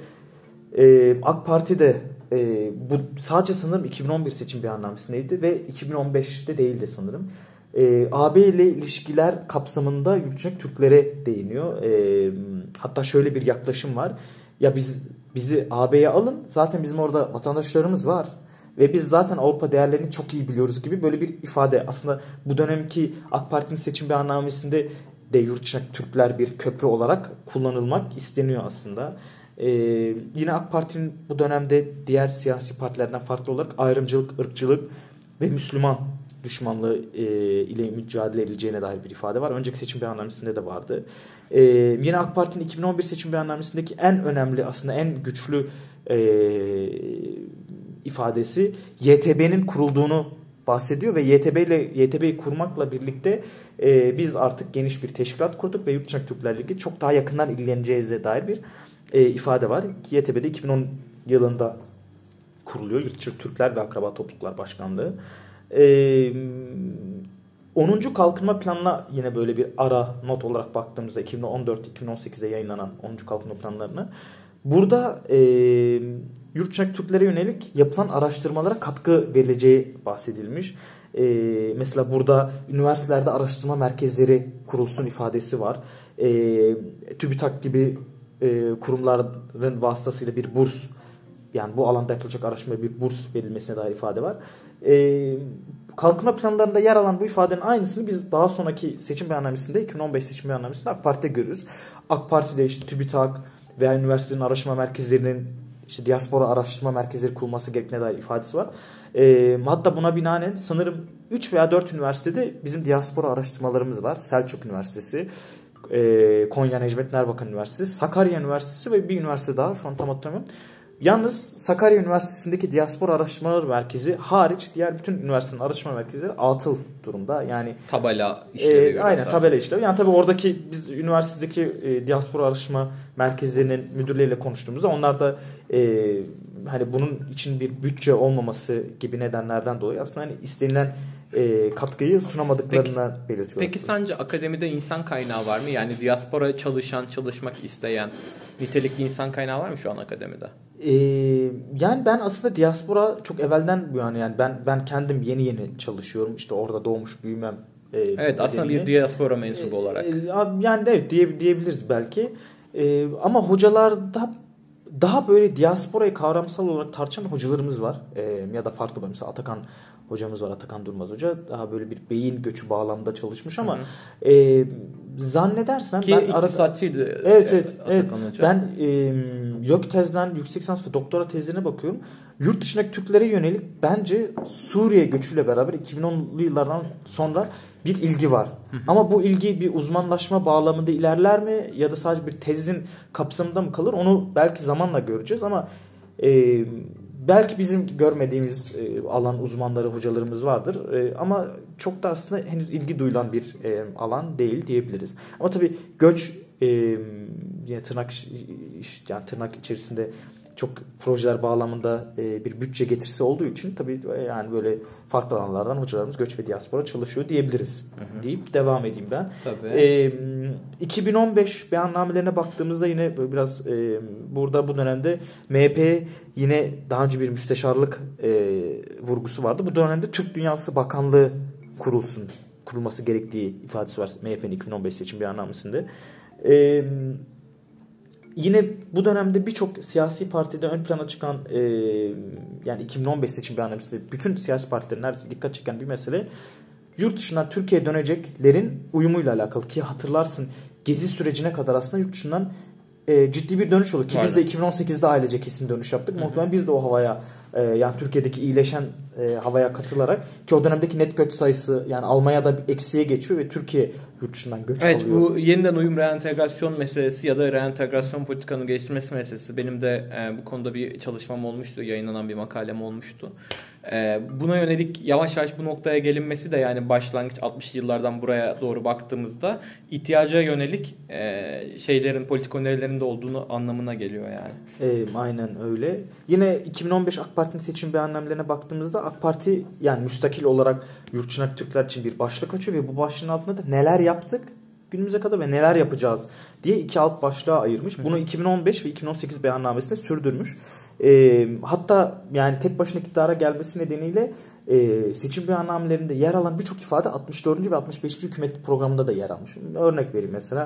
AK Parti de bu sadece sanırım 2011 seçim beyannamesindeydi ve 2015'te değildi sanırım. AB ile ilişkiler kapsamında yurt dışındaki Türklere değiniyor. Hatta şöyle bir yaklaşım var. Ya bizi AB'ye alın. Zaten bizim orada vatandaşlarımız var. Ve biz zaten Avrupa değerlerini çok iyi biliyoruz gibi böyle bir ifade. Aslında bu dönemki AK Parti'nin seçim beyannamesinde de yurt dışındaki Türkler bir köprü olarak kullanılmak isteniyor aslında. Yine AK Parti'nin bu dönemde diğer siyasi partilerden farklı olarak ayrımcılık, ırkçılık ve Müslüman düşmanlığı ile mücadele edileceğine dair bir ifade var. Önceki seçim beyannamesinde de vardı. Yine AK Parti'nin 2011 seçim beyannamesindeki en önemli aslında en güçlü ifadesi YTB'nin kurulduğunu bahsediyor ve YTB'yi kurmakla birlikte biz artık geniş bir teşkilat kurduk ve yurt dışındaki Türklerle ilgili çok daha yakından ilgileneceğize dair bir ifade var. YTB'de 2010 yılında kuruluyor. Yurt dışı Türkler ve Akraba Topluluklar Başkanlığı. 10. Kalkınma Planı'na yine böyle bir ara not olarak baktığımızda 2014-2018'de yayınlanan 10. Kalkınma Planlarına Burada yurt dışındaki Türklere yönelik yapılan araştırmalara katkı verileceği bahsedilmiş. Mesela burada üniversitelerde araştırma merkezleri kurulsun ifadesi var. TÜBİTAK gibi kurumların vasıtasıyla bir burs, yani bu alanda yapılacak araştırmaya bir burs verilmesine dair ifade var. Kalkınma planlarında yer alan bu ifadenin aynısını biz daha sonraki seçim beyannamesinde, 2015 seçim beyannamesinde AK Parti'de görürüz. AK Parti'de işte TÜBİTAK veya üniversitenin araştırma merkezlerinin işte diaspora araştırma merkezleri kurulması gerektiğine dair ifadesi var. Hatta buna binaen sanırım 3 veya 4 üniversitede bizim diaspora araştırmalarımız var. Selçuk Üniversitesi, Konya Necmettin Erbakan Üniversitesi, Sakarya Üniversitesi ve bir üniversite daha, şu an tam hatırlamıyorum. Yalnız Sakarya Üniversitesi'ndeki diaspora araştırmaları merkezi hariç diğer bütün üniversitenin araştırma merkezleri atıl durumda. Yani tabela işlevi. Aynen, tabela işlevi. Yani tabii oradaki biz üniversitedeki diaspora araştırma merkezlerinin müdürleriyle konuştuğumuzda onlar da hani bunun için bir bütçe olmaması gibi nedenlerden dolayı aslında hani istenilen katkıyı sunamadıklarını belirtiyor. Peki sence akademide insan kaynağı var mı? Yani diaspora çalışmak isteyen nitelikli insan kaynağı var mı şu an akademide? Yani ben aslında diaspora çok evvelden bu yani ben kendim yeni çalışıyorum. İşte orada doğmuş büyümem. Evet, aslında bir diaspora mensubu olarak. Yani evet diyebiliriz belki. Ama hocalarda daha böyle diasporayı kavramsal olarak tartışan hocalarımız var. Ya da farklı böyle, mesela Atakan hocamız var, Atakan Durmaz Hoca. Daha böyle bir beyin göçü bağlamında çalışmış ama zannedersem ki ben iktisatçıydı. Evet. Hoca. Ben YÖK tezden yüksek lisans ve doktora tezlerine bakıyorum. Yurt dışındaki Türklere yönelik bence Suriye göçüyle beraber 2010'lu yıllardan sonra bir ilgi var. Ama bu ilgi bir uzmanlaşma bağlamında ilerler mi ya da sadece bir tezin kapsamında mı kalır? Onu belki zamanla göreceğiz ama belki bizim görmediğimiz alan uzmanları, hocalarımız vardır. Ama çok da aslında henüz ilgi duyulan bir alan değil diyebiliriz. Ama tabii göç yine tırnak içerisinde çok projeler bağlamında bir bütçe getirisi olduğu için tabii yani böyle farklı alanlardan hocalarımız göç ve diaspora çalışıyor diyebiliriz deyip devam edeyim ben. Tabii. 2015 beyannamelerine baktığımızda yine biraz burada bu dönemde MHP yine daha önce bir müsteşarlık vurgusu vardı. Bu dönemde Türk Dünyası Bakanlığı kurulması gerektiği ifadesi var MHP'nin 2015 seçim beyannamesinde. Yine bu dönemde birçok siyasi partide ön plana çıkan yani 2015 seçim beyannamesinde bütün siyasi partilerin neredeyse dikkat çeken bir mesele yurt dışından Türkiye'ye döneceklerin uyumuyla alakalı ki hatırlarsın Gezi sürecine kadar aslında yurt dışından ciddi bir dönüş oldu ki biz de 2018'de ailece kesin dönüş yaptık. Muhtemelen biz de o havaya yani Türkiye'deki iyileşen havaya katılarak ki o dönemdeki net göç sayısı yani Almanya'da bir eksiye geçiyor ve Türkiye yurt dışından göç alıyor. Evet, bu yeniden uyum reentegrasyon meselesi ya da reentegrasyon politikanın geliştirmesi meselesi. Benim de bu konuda bir çalışmam olmuştu. Yayınlanan bir makalem olmuştu. Buna yönelik yavaş yavaş bu noktaya gelinmesi de yani başlangıç 60'lı yıllardan buraya doğru baktığımızda ihtiyaca yönelik şeylerin, politik önerilerin de olduğunu anlamına geliyor yani. Aynen öyle. Yine 2015 AK Parti'nin seçim beyannamenlerine baktığımızda AK Parti yani müstakil olarak yurt dışındaki Türkler için bir başlık açıyor ve bu başlığın altında da neler yaptık günümüze kadar ve neler yapacağız diye iki alt başlığa ayırmış. Bunu 2015 ve 2018 beyannamesinde sürdürmüş. Hatta yani tek başına iktidara gelmesi nedeniyle seçim beyannamelerinde yer alan birçok ifade 64. ve 65. hükümet programında da yer almış. Örnek vereyim mesela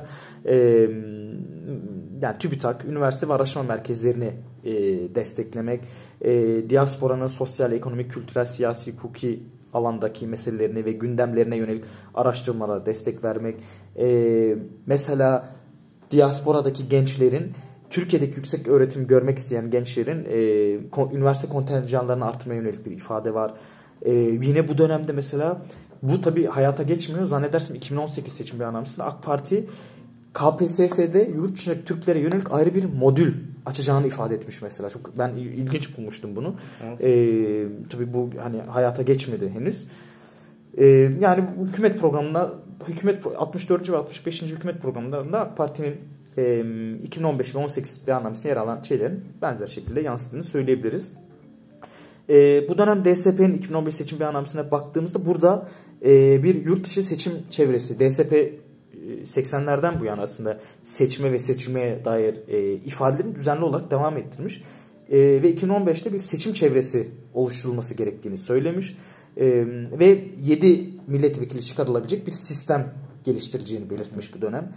yani TÜBİTAK, üniversite ve araştırma merkezlerini desteklemek, diasporanın sosyal, ekonomik, kültürel, siyasi, hukuki alandaki meselelerini ve gündemlerine yönelik araştırmalara destek vermek, mesela diasporadaki gençlerin Türkiye'deki yüksek öğretim görmek isteyen gençlerin üniversite kontenjanlarını artırmaya yönelik bir ifade var. Yine bu dönemde mesela bu tabii hayata geçmiyor. Zannedersem 2018 seçim beyannamesinde AK Parti KPSS'de yurt dışındaki Türklere yönelik ayrı bir modül açacağını ifade etmiş mesela. Çok ben ilginç bulmuştum bunu. Evet. Tabii bu hani hayata geçmedi henüz. Yani bu hükümet programında 64. ve 65. hükümet programlarında AK Parti'nin 2015 ve 18 beyannamesinde yer alan şeylerin benzer şekilde yansıdığını söyleyebiliriz. Bu dönem DSP'nin 2015 seçim beyannamesine baktığımızda burada bir yurt dışı seçim çevresi DSP 80'lerden bu yana aslında seçme ve seçilmeye dair ifadelerini düzenli olarak devam ettirmiş. Ve 2015'te bir seçim çevresi oluşturulması gerektiğini söylemiş. Ve 7 milletvekili çıkarılabilecek bir sistem geliştireceğini belirtmiş bu dönem.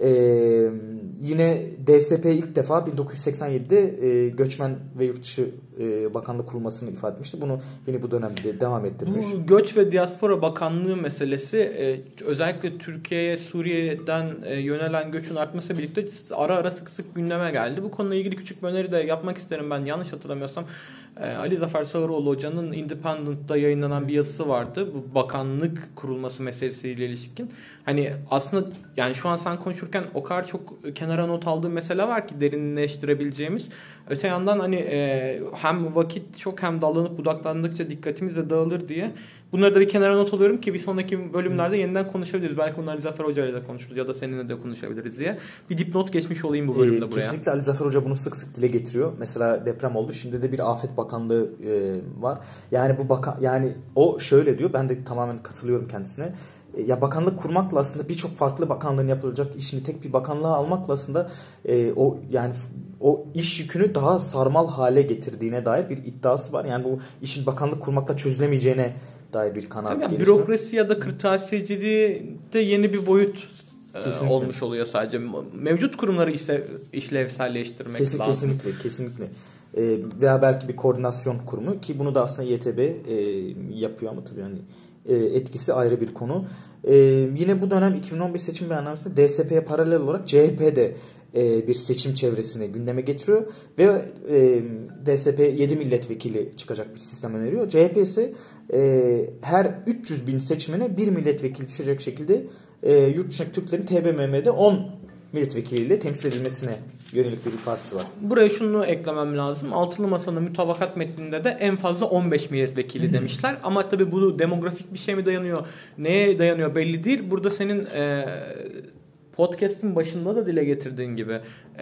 Yine DSP ilk defa 1987'de Göçmen ve Yurtdışı Bakanlığı kurulmasını ifade etmişti. Bunu yine bu dönemde devam ettirmiş. Bu Göç ve Diaspora Bakanlığı meselesi özellikle Türkiye'ye Suriye'den yönelen göçün artmasıyla birlikte ara ara sık sık gündeme geldi. Bu konuyla ilgili küçük bir öneri de yapmak isterim ben. Yanlış hatırlamıyorsam Ali Zafer Sağıroğlu Hoca'nın Independent'ta yayınlanan bir yazısı vardı. Bu bakanlık kurulması meselesiyle ilişkin. Hani aslında yani şu an sen konuşurken o kadar çok kenara not aldığım mesele var ki derinleştirebileceğimiz. Öte yandan hani hem vakit çok hem dallanıp budaklandıkça dikkatimiz de dağılır diye bunları da bir kenara not alıyorum ki bir sonraki bölümlerde yeniden konuşabiliriz. Belki bunları Ali Zafer Hoca ile de konuşuruz ya da seninle de konuşabiliriz diye. Bir dipnot geçmiş olayım bu bölümde buraya. Kesinlikle Ali Zafer Hoca bunu sık sık dile getiriyor. Mesela deprem oldu. Şimdi de bir Afet Bakanlığı var. Yani bu yani o şöyle diyor. Ben de tamamen katılıyorum kendisine. Ya bakanlık kurmakla aslında birçok farklı bakanlığın yapılacak işini tek bir bakanlığa almakla aslında o iş yükünü daha sarmal hale getirdiğine dair bir iddiası var. Yani bu işin bakanlık kurmakla çözülemeyeceğine dair bir kanaat geliştiriyor. Bürokrasi ya da kırtasiyeciliği de yeni bir boyut olmuş oluyor sadece. Mevcut kurumları işlevselleştirmek lazım. Kesinlikle. Veya belki bir koordinasyon kurumu ki bunu da aslında YTB yapıyor ama tabii yani etkisi ayrı bir konu. Yine bu dönem 2015 seçim beyannamesinde DSP'ye paralel olarak CHP de bir seçim çevresini gündeme getiriyor ve DSP 7 milletvekili çıkacak bir sistem öneriyor. CHP ise her 300 bin seçmene 1 milletvekili düşecek şekilde yurt dışındaki Türklerin TBMM'de 10 milletvekiliyle temsil edilmesine yönelik bir ifadesi var. Buraya şunu eklemem lazım. Altılı Masa'nın mütabakat metninde de en fazla 15 milletvekili demişler. Ama tabii bu demografik bir şey mi dayanıyor? Neye dayanıyor belli değil. Burada senin podcast'in başında da dile getirdiğin gibi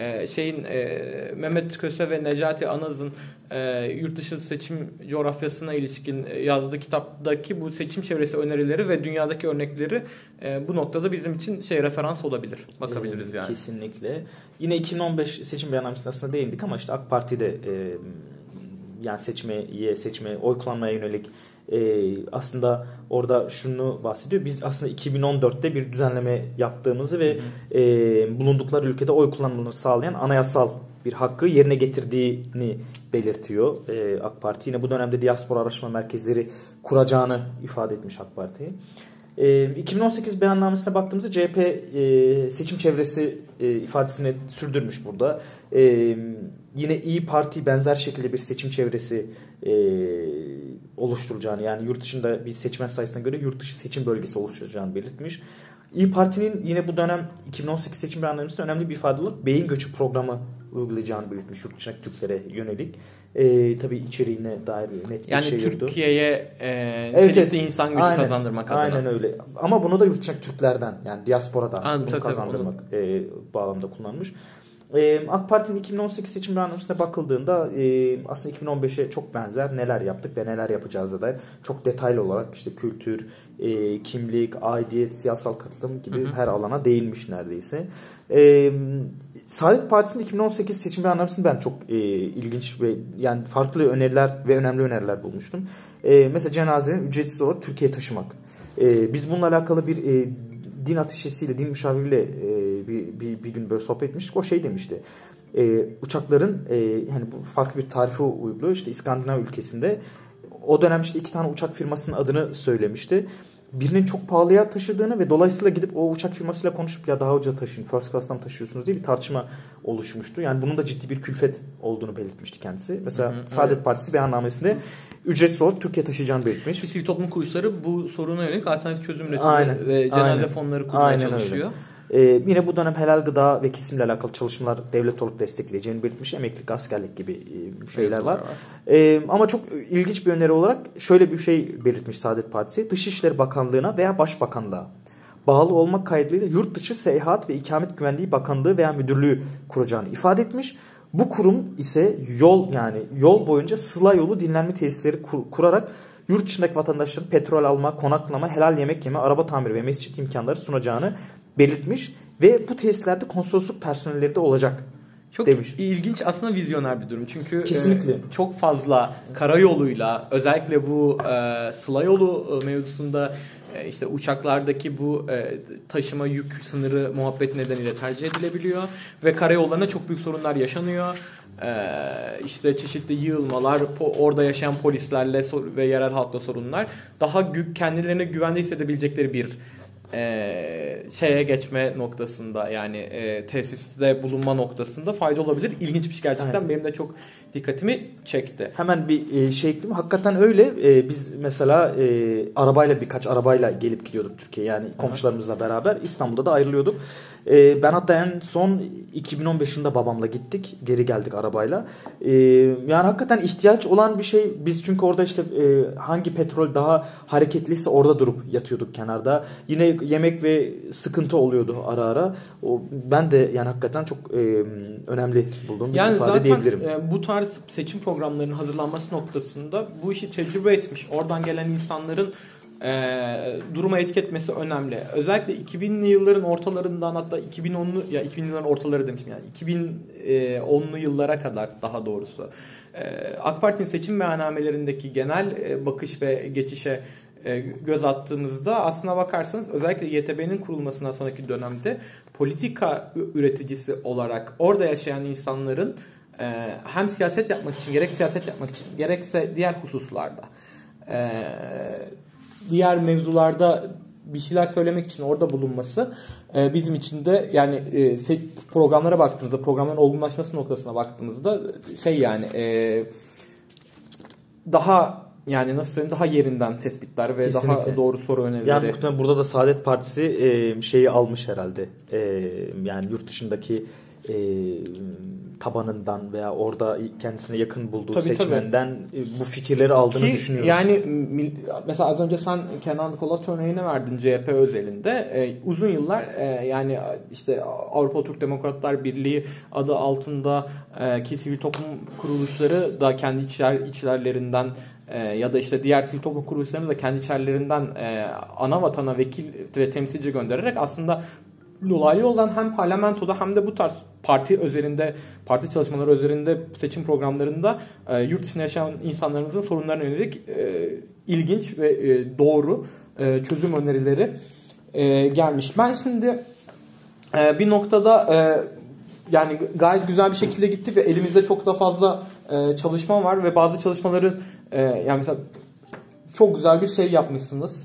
Mehmet Köse ve Necati Anaz'ın yurt dışı seçim coğrafyasına ilişkin yazdığı kitaptaki bu seçim çevresi önerileri ve dünyadaki örnekleri bu noktada bizim için referans olabilir. Bakabiliriz yani. Kesinlikle. Yine 2015 seçim beyannamesinde aslında değindik ama işte AK Parti'de yani seçmeye, oy kullanmaya yönelik aslında orada şunu bahsediyor. Biz aslında 2014'te bir düzenleme yaptığımızı ve bulundukları ülkede oy kullanımını sağlayan anayasal bir hakkı yerine getirdiğini belirtiyor AK Parti. Yine bu dönemde diaspora araştırma merkezleri kuracağını ifade etmiş AK Parti. 2018 beyannamesine baktığımızda CHP seçim çevresi ifadesini sürdürmüş burada. Yine İyi Parti benzer şekilde bir seçim çevresi oluşturacağını, yani yurt dışında bir seçmen sayısına göre yurt dışı seçim bölgesi oluşturacağını belirtmiş. İyi Parti'nin yine bu dönem 2018 seçim beyannamesinde önemli bir ifade olarak beyin göçü programı uygulayacağını belirtmiş yurt dışındaki Türklere yönelik. Tabii içeriğine dair net bir yani şey yoktu. Türkiye'ye nitelikli insan gücü kazandırmak adına. Aynen öyle. Ama bunu da yurt dışındaki Türklerden, yani diasporadan bunu kazandırmak bağlamında kullanmış. AK Parti'nin 2018 seçim beyannamesine bakıldığında aslında 2015'e çok benzer neler yaptık ve neler yapacağız dair çok detaylı olarak işte kültür, kimlik, aidiyet, siyasal katılım gibi her alana değinmiş neredeyse. Saadet Partisi'nin 2018 seçim beyannamesini ben çok ilginç ve yani farklı öneriler ve önemli öneriler bulmuştum. Mesela cenazenin ücretsiz olarak Türkiye'ye taşımak. Biz bununla alakalı bir din ateşesiyle, din müşaviriyle bir gün böyle sohbet etmiştik. O şey demişti. Uçakların yani bu farklı bir tarife uyguluyor. İşte İskandinav ülkesinde. O dönem işte 2 tane uçak firmasının adını söylemişti. Birinin çok pahalıya taşıdığını ve dolayısıyla gidip o uçak firmasıyla konuşup ya daha ucuza taşıyın, first class'tan taşıyorsunuz diye bir tartışma oluşmuştu. Yani bunun da ciddi bir külfet olduğunu belirtmişti kendisi. Mesela Saadet Partisi beyannamesinde ücretsiz olarak Türkiye taşıyacağını belirtmiş. Sivil toplum kuruluşları bu soruna yönelik alternatif çözüm üretiyor ve cenaze fonları kurmaya çalışıyor. Yine bu dönem helal gıda ve kesimle alakalı çalışmalar devlet olarak destekleyeceğini belirtmiş. Emeklilik, askerlik gibi şeyler var. Ama çok ilginç bir öneri olarak şöyle bir şey belirtmiş Saadet Partisi. Dışişleri Bakanlığı'na veya Başbakanlığa bağlı olmak kaydıyla Yurt Dışı Seyahat ve İkamet Güvenliği Bakanlığı veya Müdürlüğü kuracağını ifade etmiş. Bu kurum ise yol boyunca sıla yolu dinlenme tesisleri kurarak yurt dışındaki vatandaşların petrol alma, konaklama, helal yemek yeme, araba tamiri ve mescit imkanları sunacağını belirtmiş ve bu tesislerde konsolosluk personelleri de olacak çok demiş. ilginç, aslında vizyoner bir durum. Çünkü kesinlikle çok fazla karayoluyla, özellikle bu sıla yolu mevzusunda işte uçaklardaki bu taşıma yük sınırı muhabbet nedeniyle tercih edilebiliyor ve karayollarına çok büyük sorunlar yaşanıyor. İşte çeşitli yığılmalar, orada yaşayan polislerle ve yerel halkla sorunlar, daha kendilerine güvende hissedebilecekleri bir şeye geçme noktasında, yani tesiste bulunma noktasında fayda olabilir. İlginç bir şey gerçekten. Evet. Benim de çok dikkatimi çekti. Hemen bir şey ekleyeyim. Hakikaten öyle. Biz mesela birkaç arabayla gelip gidiyorduk Türkiye'ye. Yani komşularımızla beraber İstanbul'da da ayrılıyorduk. Ben hatta en son 2015 yılında babamla gittik. Geri geldik arabayla. Yani hakikaten ihtiyaç olan bir şey. Biz çünkü orada işte hangi petrol daha hareketliyse orada durup yatıyorduk kenarda. Yine yemek ve sıkıntı oluyordu ara ara. Ben de yani hakikaten çok önemli bulduğum bir ifade diyebilirim. Yani bu tarz seçim programlarının hazırlanması noktasında bu işi tecrübe etmiş, oradan gelen insanların duruma etki etmesi önemli. Özellikle 2000'li yılların ortalarından, hatta 2000'li yılların ortaları demişim, yani 2010'lu yıllara kadar daha doğrusu AK Parti'nin seçim beyannamelerindeki genel bakış ve geçişe göz attığımızda aslına bakarsanız özellikle YTB'nin kurulmasından sonraki dönemde politika üreticisi olarak orada yaşayan insanların hem siyaset yapmak için, gerek siyaset yapmak için, gerekse diğer hususlarda, diğer mevzularda bir şeyler söylemek için orada bulunması bizim için de, yani programlara baktığımızda, programların olgunlaşması noktasına baktığımızda daha, yani nasıl söyleyeyim, daha yerinden tespitler ve kesinlikle daha doğru soru önerileri. Yani muhtemelen burada da Saadet Partisi şeyi almış herhalde. Yani yurt dışındaki tabanından veya orada kendisine yakın bulduğu seçmenden bu fikirleri aldığını düşünüyorum. Yani mesela az önce sen Kenan Kolat örneğini verdin CHP özelinde. Uzun yıllar yani işte Avrupa Türk Demokratlar Birliği adı altında ki sivil toplum kuruluşları da kendi içerlerinden ya da işte diğer sivil toplum kuruluşlarımız da kendi içerilerinden ana vatana vekil ve temsilci göndererek aslında dolaylı yoldan hem parlamentoda hem de bu tarz parti çalışmaları üzerinde seçim programlarında yurt dışında yaşayan insanlarımızın sorunlarına yönelik ilginç ve doğru çözüm önerileri gelmiş. Ben şimdi bir noktada yani gayet güzel bir şekilde gitti ve elimizde çok da fazla çalışma var ve bazı çalışmaların yani mesela çok güzel bir şey yapmışsınız.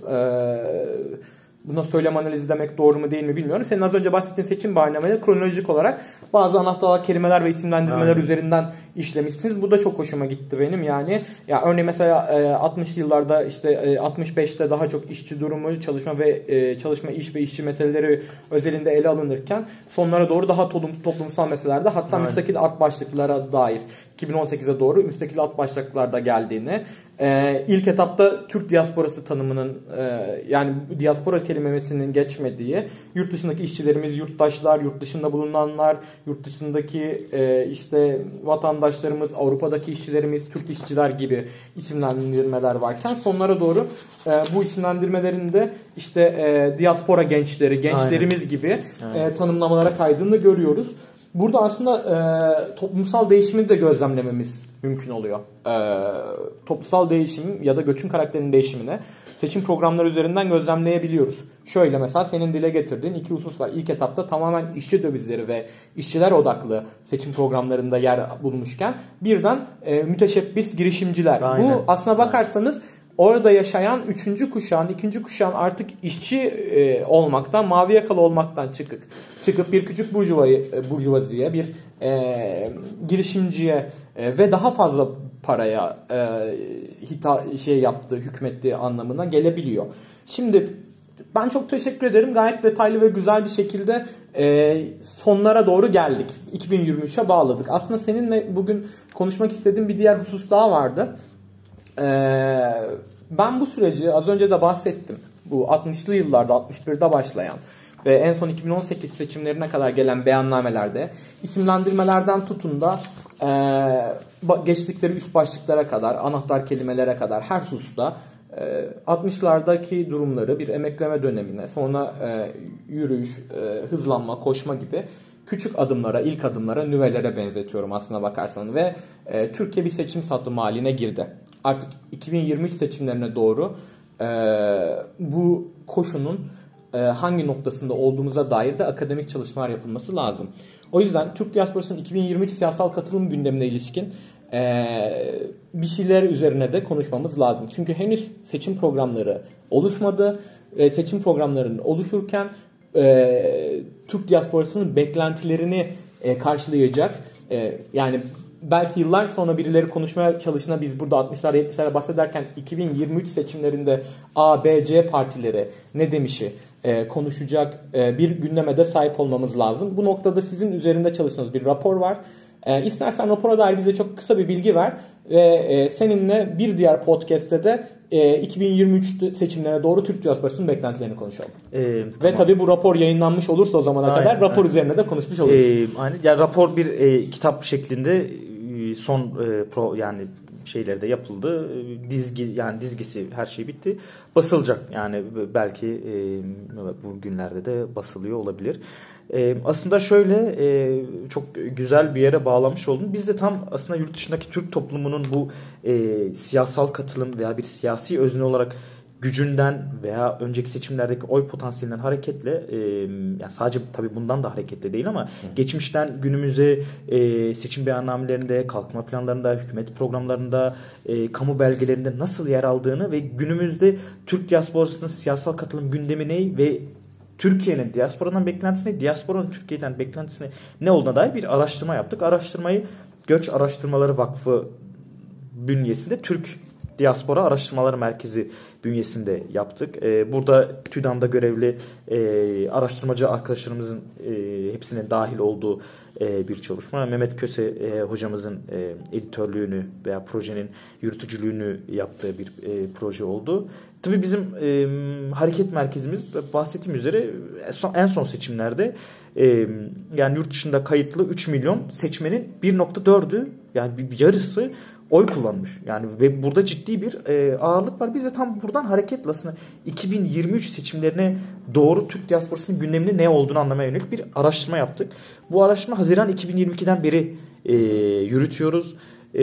Buna söylem analizi demek doğru mu değil mi bilmiyorum. Senin az önce bahsettiğin seçim beyannameleri kronolojik olarak bazı anahtar kelimeler ve isimlendirmeler üzerinden işlemişsiniz. Bu da çok hoşuma gitti benim. Yani ya örneğin mesela 60'lı yıllarda işte 65'te daha çok işçi durumu, çalışma iş ve işçi meseleleri özelinde ele alınırken sonlara doğru daha toplumsal meselelerde, hatta müstakil alt başlıklara dair 2018'e doğru müstakil alt başlıklarda geldiğini, ilk etapta Türk diasporası tanımının yani diaspora kelimesinin geçmediği, yurt dışındaki işçilerimiz, yurttaşlar, yurt dışında bulunanlar, yurt dışındaki işte vatandaşlarımız, Avrupa'daki işçilerimiz, Türk işçiler gibi isimlendirmeler varken sonlara doğru bu isimlendirmelerinde işte diaspora gençlerimiz Aynen. gibi tanımlamalara kaydığını görüyoruz. Burada aslında toplumsal değişimi de gözlemlememiz mümkün oluyor. Toplumsal değişim ya da göçün karakterinin değişimini seçim programları üzerinden gözlemleyebiliyoruz. Şöyle mesela senin dile getirdiğin iki husus var. İlk etapta tamamen işçi dövizleri ve işçiler odaklı seçim programlarında yer bulmuşken birden müteşebbis girişimciler. Aynen. Bu aslına bakarsanız orada yaşayan 3. kuşağın, 2. kuşağın artık işçi olmaktan, mavi yakalı olmaktan çıkıp bir küçük burjuvaziye, bir girişimciye ve daha fazla paraya hükmettiği anlamına gelebiliyor. Şimdi ben çok teşekkür ederim. Gayet detaylı ve güzel bir şekilde sonlara doğru geldik. 2023'e bağladık. Aslında seninle bugün konuşmak istediğim bir diğer husus daha vardı. Ben bu süreci az önce de bahsettim. Bu 60'lı yıllarda 61'de başlayan ve en son 2018 seçimlerine kadar gelen beyannamelerde isimlendirmelerden tutun da geçtikleri üst başlıklara kadar, anahtar kelimelere kadar her hususta 60'lardaki durumları bir emekleme dönemine, sonra yürüyüş, hızlanma, koşma gibi küçük adımlara, ilk adımlara, nüvelere benzetiyorum aslına bakarsan. Ve Türkiye bir seçim satımı haline girdi. Artık 2023 seçimlerine doğru bu koşunun hangi noktasında olduğumuza dair de akademik çalışmalar yapılması lazım. O yüzden Türk diasporasının 2023 siyasal katılım gündemine ilişkin bir şeyler üzerine de konuşmamız lazım. Çünkü henüz seçim programları oluşmadı. Seçim programlarının oluşurken Türk diasporasının beklentilerini karşılayacak, yani belki yıllar sonra birileri konuşmaya çalışına biz burada 60'lar 70'lere bahsederken 2023 seçimlerinde A, B, C partileri ne demişi konuşacak bir gündeme de sahip olmamız lazım. Bu noktada sizin üzerinde çalıştığınız bir rapor var. İstersen rapora dair bize çok kısa bir bilgi ver ve seninle bir diğer podcast'te de 2023 seçimlerine doğru Türk diasporasının beklentilerini konuşalım. Tamam. Ve tabii bu rapor yayınlanmış olursa o zamana kadar rapor üzerine de konuşmuş oluruz. Aynen. Yani rapor bir kitap şeklinde son yani şeyleri de yapıldı. Dizgisi her şey bitti. Basılacak. Yani belki bu günlerde de basılıyor olabilir. Aslında şöyle çok güzel bir yere bağlamış oldun. Biz de tam aslında yurt dışındaki Türk toplumunun bu siyasal katılım veya bir siyasi özne olarak gücünden veya önceki seçimlerdeki oy potansiyelinden hareketle yani sadece tabii bundan da hareketle değil ama geçmişten günümüze seçim beyannamelerinde, kalkınma planlarında, hükümet programlarında, kamu belgelerinde nasıl yer aldığını ve günümüzde Türk diasporasının siyasal katılım gündemi ne ve Türkiye'nin diasporadan beklentisine, diasporanın Türkiye'den beklentisine ne olduğuna dair bir araştırma yaptık. Araştırmayı Göç Araştırmaları Vakfı bünyesinde Türk Diaspora Araştırmaları Merkezi bünyesinde yaptık. Burada TÜDAM'da görevli araştırmacı arkadaşlarımızın hepsinin dahil olduğu bir çalışma. Mehmet Köse hocamızın editörlüğünü veya projenin yürütücülüğünü yaptığı bir proje oldu. Tabii bizim hareket merkezimiz bahsettiğim üzere en son seçimlerde yani yurt dışında kayıtlı 3 milyon seçmenin 1.4'ü yani bir yarısı oy kullanmış. Yani ve burada ciddi bir ağırlık var. Biz de tam buradan hareketle aslında 2023 seçimlerine doğru Türk diasporasının gündeminin ne olduğunu anlamaya yönelik bir araştırma yaptık. Bu araştırma Haziran 2022'den beri yürütüyoruz.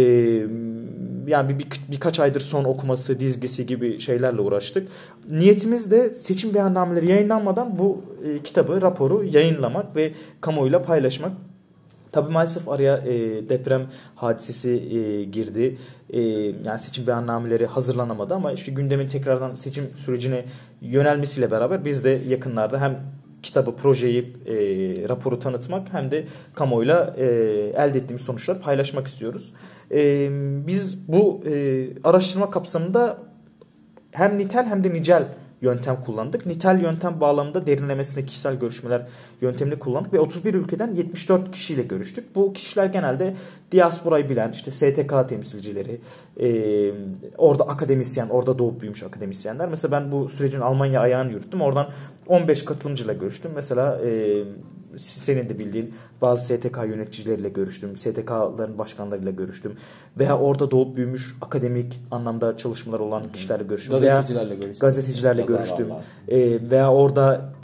Yani birkaç aydır son okuması, dizgisi gibi şeylerle uğraştık. Niyetimiz de seçim beyannameleri yayınlanmadan bu kitabı, raporu yayınlamak ve kamuoyuyla paylaşmak. Tabii maalesef araya deprem hadisesi girdi. Yani seçim beyannameleri hazırlanamadı ama işte gündemin tekrardan seçim sürecine yönelmesiyle beraber biz de yakınlarda hem kitabı, projeyi, raporu tanıtmak hem de kamuoyuyla elde ettiğimiz sonuçları paylaşmak istiyoruz. Biz bu araştırma kapsamında hem nitel hem de nicel yöntem kullandık. Nitel yöntem bağlamında derinlemesine kişisel görüşmeler yöntemini kullandık ve 31 ülkeden 74 kişiyle görüştük. Bu kişiler genelde diasporayı bilen, işte STK temsilcileri, orada akademisyen, orada doğup büyümüş akademisyenler. Mesela ben bu sürecin Almanya ayağını yürüttüm. Oradan 15 katılımcıyla görüştüm. Mesela senin de bildiğin bazı STK yöneticileriyle görüştüm. STK'ların başkanlarıyla görüştüm. Veya orada doğup büyümüş akademik anlamda çalışmalar olan kişilerle görüştüm. Gazetecilerle görüştüm. Veya orada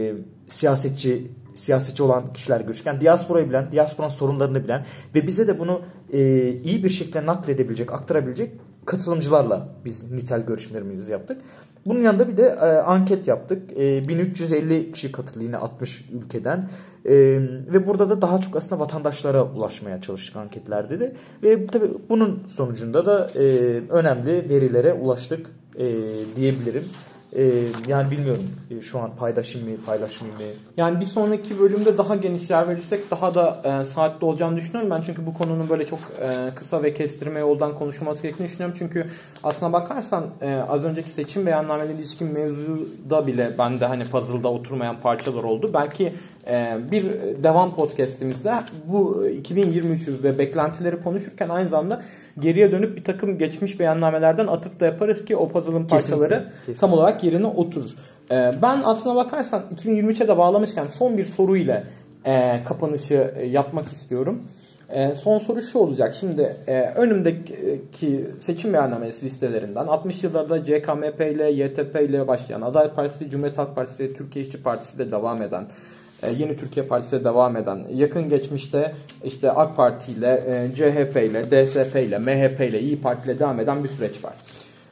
siyasetçi olan kişiler görüşürken diasporayı bilen, diasporanın sorunlarını bilen ve bize de bunu iyi bir şekilde nakledebilecek, aktarabilecek katılımcılarla biz nitel görüşmelerimizi yaptık. Bunun yanında bir de anket yaptık. 1350 kişi katıldı yine 60 ülkeden. Ve burada da daha çok aslında vatandaşlara ulaşmaya çalıştık anketlerde de. Ve tabii bunun sonucunda da önemli verilere ulaştık diyebilirim. Yani bilmiyorum şu an paylaşmayayım mı? Yani bir sonraki bölümde daha geniş yer verirsek daha da saatli olacağını düşünüyorum ben. Çünkü bu konunun böyle çok kısa ve kestirme yoldan konuşulması gerektiğini düşünüyorum. Çünkü aslına bakarsan az önceki seçim beyannamelerine ilişkin mevzuda bile bende hani puzzle'da oturmayan parçalar oldu. Belki bir devam podcast'imizde bu 2023'ü ve beklentileri konuşurken aynı zamanda geriye dönüp bir takım geçmiş beyannamelerden atıf da yaparız ki o puzzle'ın parçaları tam olarak yerine oturur. Ben aslına bakarsan 2023'e de bağlamışken son bir soru ile kapanışı yapmak istiyorum. Son soru şu olacak. Şimdi önümdeki seçim beyannamesi listelerinden 60 yıllarda CKMP ile YTP ile başlayan Adalet Partisi, Cumhuriyet Halk Partisi, Türkiye İşçi Partisi ile devam eden, Yeni Türkiye Partisi ile devam eden, yakın geçmişte işte AK Parti ile, CHP ile, DSP ile, MHP ile, İYİ Parti ile devam eden bir süreç var.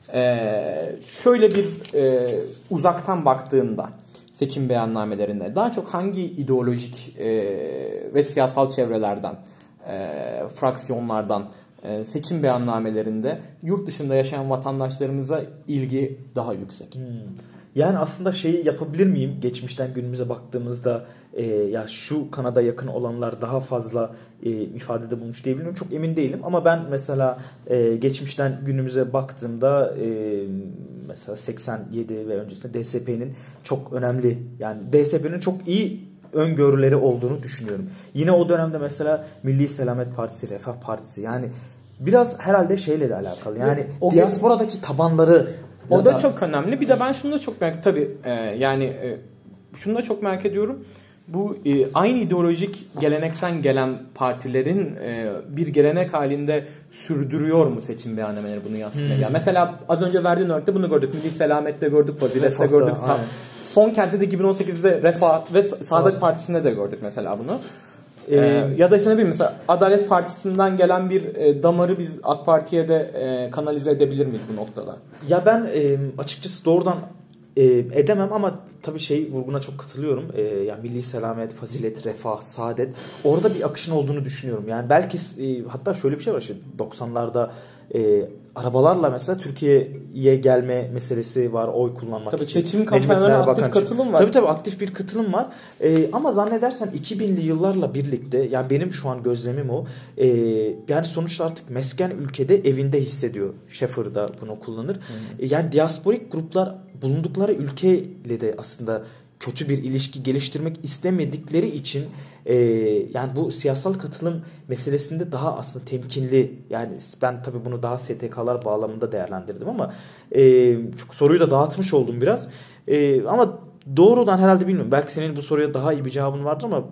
Şöyle bir uzaktan baktığında seçim beyannamelerinde daha çok hangi ideolojik ve siyasal çevrelerden, fraksiyonlardan seçim beyannamelerinde yurt dışında yaşayan vatandaşlarımıza ilgi daha yüksek? Yani aslında şeyi yapabilir miyim? Geçmişten günümüze baktığımızda ya şu kanada yakın olanlar daha fazla ifadede bulmuş diyebilir miyim? Çok emin değilim. Ama ben mesela geçmişten günümüze baktığımda mesela 87 ve öncesinde DSP'nin çok önemli, yani DSP'nin çok iyi öngörüleri olduğunu düşünüyorum. Yine o dönemde mesela Milli Selamet Partisi, Refah Partisi, yani biraz herhalde şeyle de alakalı. Yani diasporadaki tabanları o da çok önemli. Bir de ben şunu da çok merak şunu da çok merak ediyorum. Bu aynı ideolojik gelenekten gelen partilerin bir gelenek halinde sürdürüyor mu seçim beyannameleri bunu yansıtmaya? Yani mesela az önce verdiğin örnekte bunu gördük. Milli Selamet'te gördük, Fazilet'te gördük. Son kertede 2018'de Refah ve Saadet Partisi'nde de gördük mesela bunu. Ya da işte ne bileyim, mesela Adalet Partisi'nden gelen bir damarı biz AK Parti'ye de kanalize edebilir miyiz bu noktada? Ya ben açıkçası doğrudan edemem ama tabii vurguna çok katılıyorum. Yani Milli Selamet, Fazilet, Refah, Saadet, orada bir akışın olduğunu düşünüyorum. Yani belki hatta şöyle bir şey var, 90'larda arabalarla mesela Türkiye'ye gelme meselesi var, oy kullanmak tabii için. Seçim kampanyalarına aktif katılım var. Tabii aktif bir katılım var. Ama zannedersem 2000'li yıllarla birlikte, yani benim şu an gözlemim o. Yani sonuçta artık mesken ülkede evinde hissediyor. Schaeffer da bunu kullanır. Yani diasporik gruplar bulundukları ülkeyle de aslında kötü bir ilişki geliştirmek istemedikleri için yani bu siyasal katılım meselesinde daha aslında temkinli, yani ben tabii bunu daha STK'lar bağlamında değerlendirdim ama çok soruyu da dağıtmış oldum biraz. Ama doğrudan herhalde bilmiyorum. Belki senin bu soruya daha iyi bir cevabın vardır ama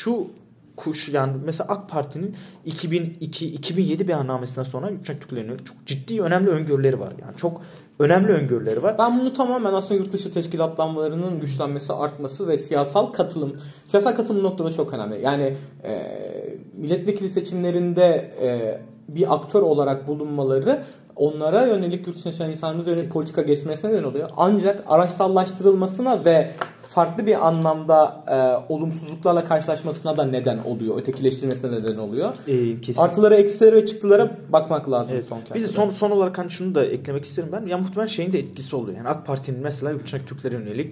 yani mesela AK Parti'nin 2002-2007 beyannamesinden sonra Yurtdışındaki Türklerin çok ciddi önemli öngörüleri var. Yani çok önemli öngörüleri var. Ben bunu tamamen aslında yurt dışı teşkilatlanmalarının güçlenmesi, artması ve siyasal katılım noktada çok önemli. Yani milletvekili seçimlerinde bir aktör olarak bulunmaları onlara yönelik, yurt dışına yaşayan insanlarımıza yönelik politika geçmesine neden oluyor. Ancak araçsallaştırılmasına ve farklı bir anlamda olumsuzluklarla karşılaşmasına da neden oluyor. Ötekileştirmesine neden oluyor. Artıları, eksileri ve çıktılara bakmak lazım. Evet. Biz de son olarak hani şunu da eklemek isterim ben. Ya muhtemelen şeyin de etkisi oluyor. Yani AK Parti'nin mesela yurt dışındaki Türklere yönelik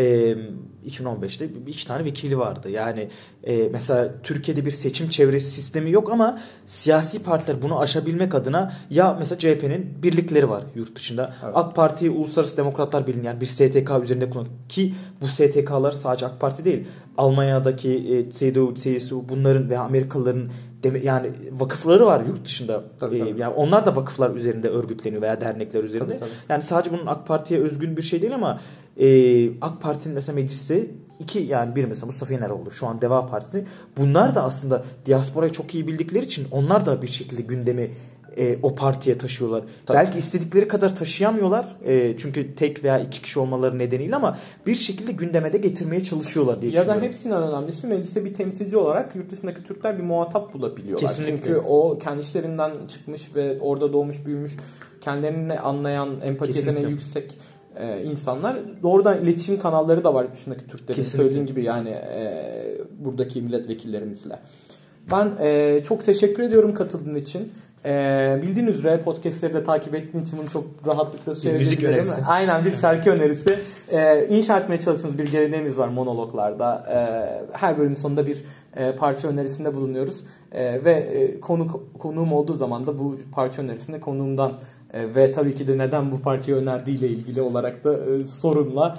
2015'te 2 tane vekili vardı. Yani mesela Türkiye'de bir seçim çevresi sistemi yok ama siyasi partiler bunu aşabilmek adına ya mesela CHP'nin birlikleri var yurt dışında. Evet. AK Parti Uluslararası Demokratlar Birliği, yani bir STK üzerinde kullanıyor. Ki bu STK'lar sadece AK Parti değil. Almanya'daki CDU, CSU, bunların veya Amerikalıların yani vakıfları var yurt dışında. Tabii. Yani onlar da vakıflar üzerinde örgütleniyor veya dernekler üzerinde. Tabii. Yani sadece bunun AK Parti'ye özgün bir şey değil ama AK Parti'nin mesela mecliste yani biri mesela Mustafa Yeneroğlu, şu an Deva Partisi, bunlar da aslında diasporayı çok iyi bildikleri için onlar da bir şekilde gündemi o partiye taşıyorlar. Tabii. Belki istedikleri kadar taşıyamıyorlar. Çünkü tek veya 2 kişi olmaları nedeniyle, ama bir şekilde gündeme de getirmeye çalışıyorlar diye düşünüyorum. Ya da hepsinden önemlisi, meclise bir temsilci olarak yurt dışındaki Türkler bir muhatap bulabiliyorlar. Kesinlikle. Çünkü o kendi işlerinden çıkmış ve orada doğmuş büyümüş, kendilerini anlayan, empati yeteneği yüksek insanlar. Doğrudan iletişim kanalları da var yurt dışındaki Türklerin. Kesinlikle. Söylediğin gibi yani buradaki milletvekillerimizle. Ben çok teşekkür ediyorum katıldığın için. Bildiğin üzere podcastleri de takip ettiğin için bunu çok rahatlıkla söyleyebilirim. Müzik önerisi. Aynen, bir şarkı önerisi. İnşa etmeye çalıştığımız bir geleneğimiz var monologlarda. Her bölümün sonunda bir parça önerisinde bulunuyoruz. Ve konuğum olduğu zaman da bu parça önerisinde konuğumdan ve tabii ki de neden bu parçayı önerdiğiyle ilgili olarak da sorumla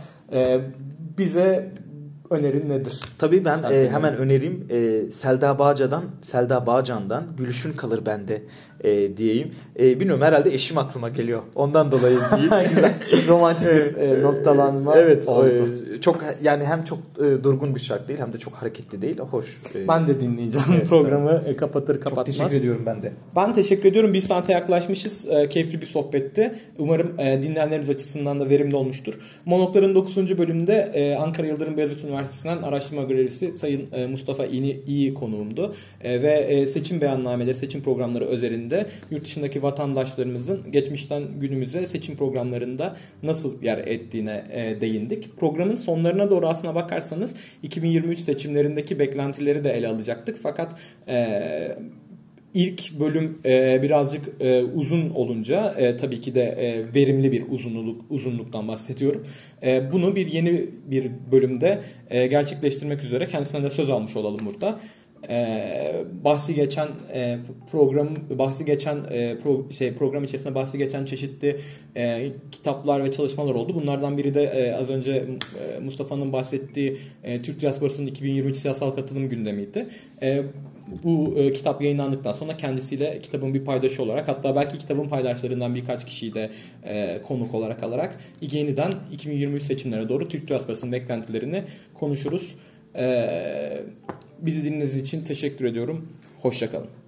bize önerin nedir? Tabii ben hemen önereyim. Selda Bağcan'dan Gülüşün Kalır Bende diyeyim. Bilmiyorum, herhalde eşim aklıma geliyor. Ondan dolayı diyeyim. Güzel. Romantik bir noktalanma Evet. oldu. Çok yani hem çok durgun bir şarkı değil hem de çok hareketli değil. Hoş. Ben de dinleyeceğim Evet, programı kapatır Çok kapatmaz. teşekkür ediyorum ben de. Ben teşekkür ediyorum. Bir saate yaklaşmışız. Keyifli bir sohbetti. Umarım dinleyenleriniz açısından da verimli olmuştur. Monokların 9. bölümünde Ankara Yıldırım Beyazıt Üniversitesi'nden araştırma görevlisi Sayın Mustafa İyi konuğumdu. Ve seçim beyannameleri, seçim programları özelinde yurt dışındaki vatandaşlarımızın geçmişten günümüze seçim programlarında nasıl yer ettiğine değindik. Programın sonlarına doğru aslına bakarsanız 2023 seçimlerindeki beklentileri de ele alacaktık. Fakat İlk bölüm birazcık uzun olunca tabii ki de verimli bir uzunluktan bahsediyorum. Bunu yeni bir bölümde gerçekleştirmek üzere kendisinden de söz almış olalım burada. Program içerisinde bahsi geçen çeşitli kitaplar ve çalışmalar oldu. Bunlardan biri de az önce Mustafa'nın bahsettiği Türk Diasporası'nın 2023 siyasal katılım gündemiydi. Bu kitap yayınlandıktan sonra kendisiyle kitabın bir paydaşı olarak, hatta belki kitabın paydaşlarından birkaç kişiyi de konuk olarak alarak yeniden 2023 seçimlere doğru Türk Diasporası'nın beklentilerini konuşuruz. Bizi dinlediğiniz için teşekkür ediyorum. Hoşça kalın.